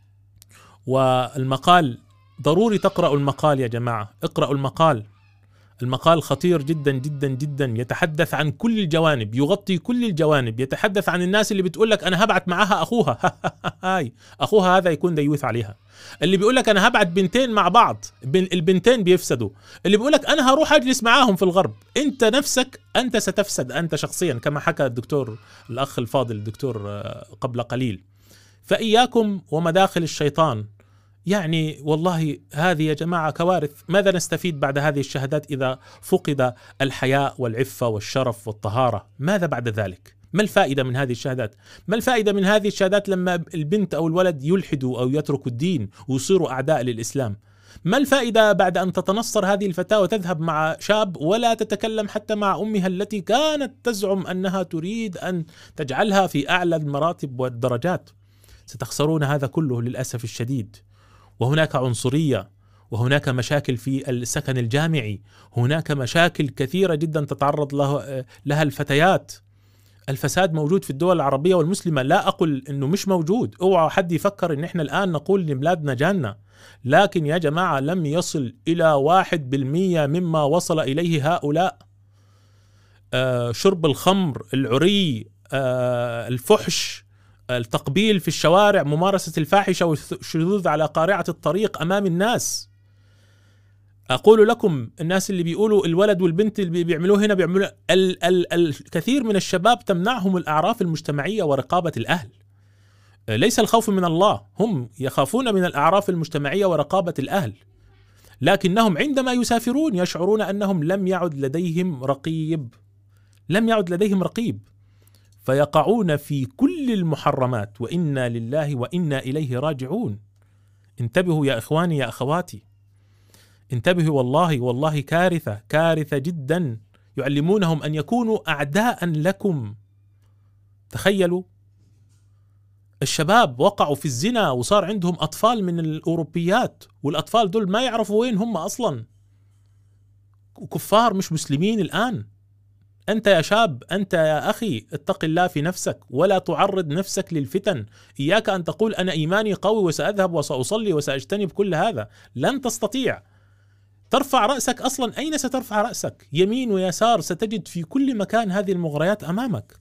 والمقال ضروري تقرأوا المقال يا جماعة، اقرأوا المقال. المقال خطير جدا جدا جدا، يتحدث عن كل الجوانب، يغطي كل الجوانب، يتحدث عن الناس اللي بتقول لك أنا هبعت معها أخوها هاي أخوها هذا يكون ديوث عليها، اللي بيقول لك أنا هبعت بنتين مع بعض، البنتين بيفسدوا، اللي بيقول لك أنا هروح أجلس معاهم في الغرب. أنت نفسك أنت ستفسد أنت شخصيا، كما حكى الدكتور الأخ الفاضل الدكتور قبل قليل. فإياكم ومداخل الشيطان. يعني والله هذه يا جماعة كوارث. ماذا نستفيد بعد هذه الشهادات إذا فقد الحياء والعفة والشرف والطهارة؟ ماذا بعد ذلك؟ ما الفائدة من هذه الشهادات؟ ما الفائدة من هذه الشهادات لما البنت أو الولد يلحدوا أو يتركوا الدين ويصيروا أعداء للإسلام؟ ما الفائدة بعد أن تتنصر هذه الفتاة وتذهب مع شاب ولا تتكلم حتى مع أمها التي كانت تزعم أنها تريد أن تجعلها في أعلى المراتب والدرجات؟ ستخسرون هذا كله للأسف الشديد. وهناك عنصرية، وهناك مشاكل في السكن الجامعي، هناك مشاكل كثيرة جدا تتعرض له لها الفتيات. الفساد موجود في الدول العربية والمسلمة، لا أقول أنه مش موجود، اوعى حد يفكر أن احنا الآن نقول لبلادنا جنة، لكن يا جماعة لم يصل إلى واحد بالمية مما وصل إليه هؤلاء. آه شرب الخمر، العري، آه الفحش، التقبيل في الشوارع، ممارسة الفاحشة والشذوذ على قارعة الطريق أمام الناس. أقول لكم الناس اللي بيقولوا الولد والبنت اللي بيعملوه هنا بيعملوا ال ال الكثير من الشباب تمنعهم الأعراف المجتمعية ورقابة الأهل. ليس الخوف من الله، هم يخافون من الأعراف المجتمعية ورقابة الأهل، لكنهم عندما يسافرون يشعرون أنهم لم يعد لديهم رقيب، لم يعد لديهم رقيب، فيقعون في كل المحرمات. وإنا لله وإنا إليه راجعون. انتبهوا يا إخواني يا أخواتي، انتبهوا. والله والله كارثة كارثة جدا. يعلمونهم أن يكونوا أعداء لكم. تخيلوا الشباب وقعوا في الزنا وصار عندهم أطفال من الأوروبيات، والأطفال دول ما يعرفوا وين هم أصلا، كفار مش مسلمين الآن. أنت يا شاب، أنت يا أخي، اتق الله في نفسك ولا تعرض نفسك للفتن. إياك أن تقول أنا إيماني قوي وسأذهب وسأصلي وسأجتنب كل هذا، لن تستطيع. ترفع رأسك أصلا، أين سترفع رأسك؟ يمين ويسار، ستجد في كل مكان هذه المغريات أمامك.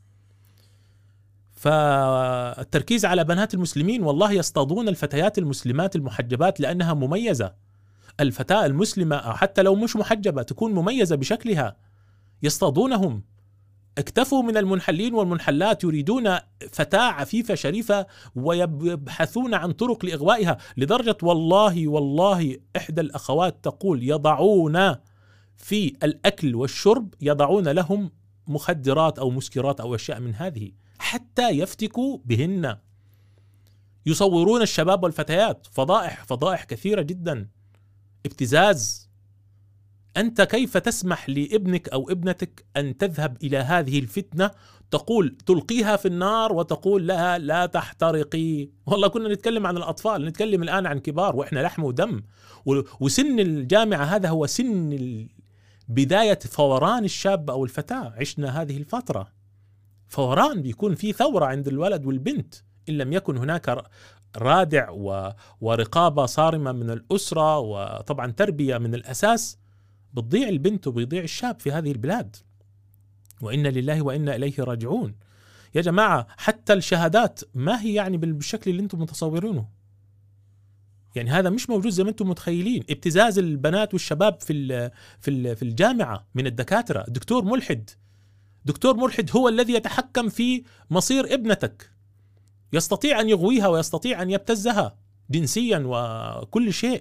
فالتركيز على بنات المسلمين، والله يصطادون الفتيات المسلمات المحجبات لأنها مميزة. الفتاة المسلمة حتى لو مش محجبة تكون مميزة بشكلها، يصطادونهم. اكتفوا من المنحلين والمنحلات، يريدون فتاة عفيفة شريفة ويبحثون عن طرق لإغوائها، لدرجة والله والله إحدى الأخوات تقول يضعون في الأكل والشرب، يضعون لهم مخدرات أو مسكرات أو أشياء من هذه حتى يفتكوا بهن. يصورون الشباب والفتيات، فضائح فضائح كثيرة جدا، ابتزاز. أنت كيف تسمح لابنك أو ابنتك أن تذهب إلى هذه الفتنة، تقول تلقيها في النار وتقول لها لا تحترقي؟ والله كنا نتكلم عن الأطفال، نتكلم الآن عن كبار وإحنا لحم ودم. وسن الجامعة هذا هو سن بداية فوران الشاب أو الفتاة. عشنا هذه الفترة فوران، بيكون في ثورة عند الولد والبنت إن لم يكن هناك رادع ورقابة صارمة من الأسرة وطبعا تربية من الأساس، بتضيع البنت وبيضيع الشاب في هذه البلاد. وإنا لله وإنا إليه راجعون. يا جماعة حتى الشهادات ما هي يعني بالشكل اللي انتم متصورينه، يعني هذا مش موجود زي ما انتم متخيلين. ابتزاز البنات والشباب في في في الجامعة من الدكاترة. دكتور ملحد، دكتور ملحد هو الذي يتحكم في مصير ابنتك، يستطيع أن يغويها ويستطيع أن يبتزها جنسيا وكل شيء.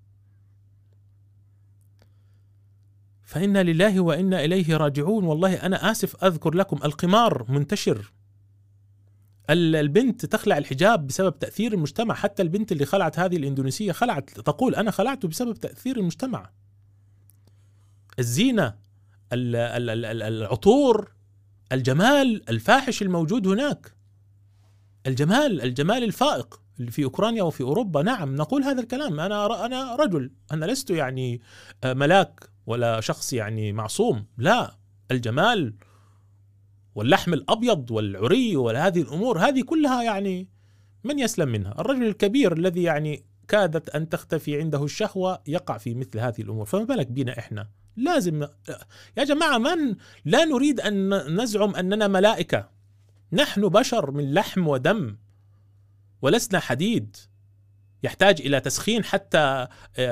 فإنا لله وإنا إليه راجعون. والله أنا آسف أذكر لكم القمار منتشر، البنت تخلع الحجاب بسبب تأثير المجتمع. حتى البنت اللي خلعت هذه الإندونيسية خلعت، تقول أنا خلعته بسبب تأثير المجتمع. الزينة، العطور، الجمال الفاحش الموجود هناك، الجمال الجمال الفائق اللي في أوكرانيا وفي أوروبا. نعم نقول هذا الكلام. أنا أنا رجل، أنا لست يعني ملاك ولا شخص يعني معصوم، لا. الجمال واللحم الأبيض والعري وهذه الأمور هذه كلها يعني من يسلم منها؟ الرجل الكبير الذي يعني كادت أن تختفي عنده الشهوة يقع في مثل هذه الأمور، فما بالك بنا إحنا؟ لازم يا جماعة من لا نريد أن نزعم أننا ملائكة، نحن بشر من لحم ودم ولسنا حديد يحتاج إلى تسخين حتى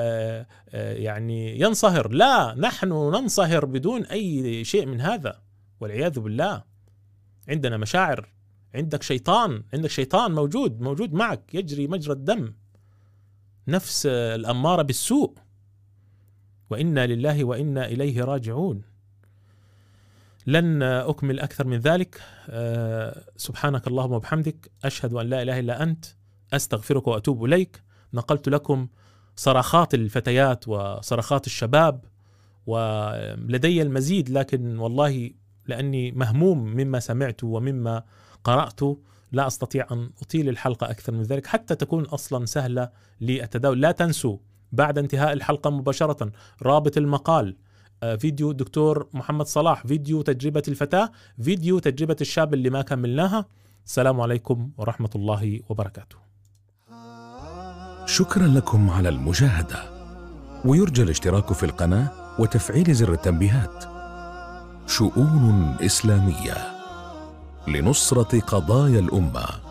يعني ينصهر. لا، نحن ننصهر بدون أي شيء من هذا والعياذ بالله. عندنا مشاعر، عندك شيطان، عندك شيطان موجود موجود معك يجري مجرى الدم، نفس الأمارة بالسوء. وإنا لله وإنا إليه راجعون. لن أكمل أكثر من ذلك. أه سبحانك اللهم وبحمدك، أشهد أن لا إله إلا أنت، أستغفرك وأتوب إليك. نقلت لكم صرخات الفتيات وصرخات الشباب، ولدي المزيد، لكن والله لأني مهموم مما سمعت ومما قرأت لا أستطيع أن أطيل الحلقة أكثر من ذلك حتى تكون أصلا سهلة للتداول. لا تنسوا بعد انتهاء الحلقة مباشرة رابط المقال، فيديو دكتور محمد صلاح، فيديو تجربة الفتاة، فيديو تجربة الشاب اللي ما كملناها. السلام عليكم ورحمة الله وبركاته. شكرا لكم على المشاهدة، ويرجى الاشتراك في القناة وتفعيل زر التنبيهات. شؤون إسلامية لنصرة قضايا الأمة.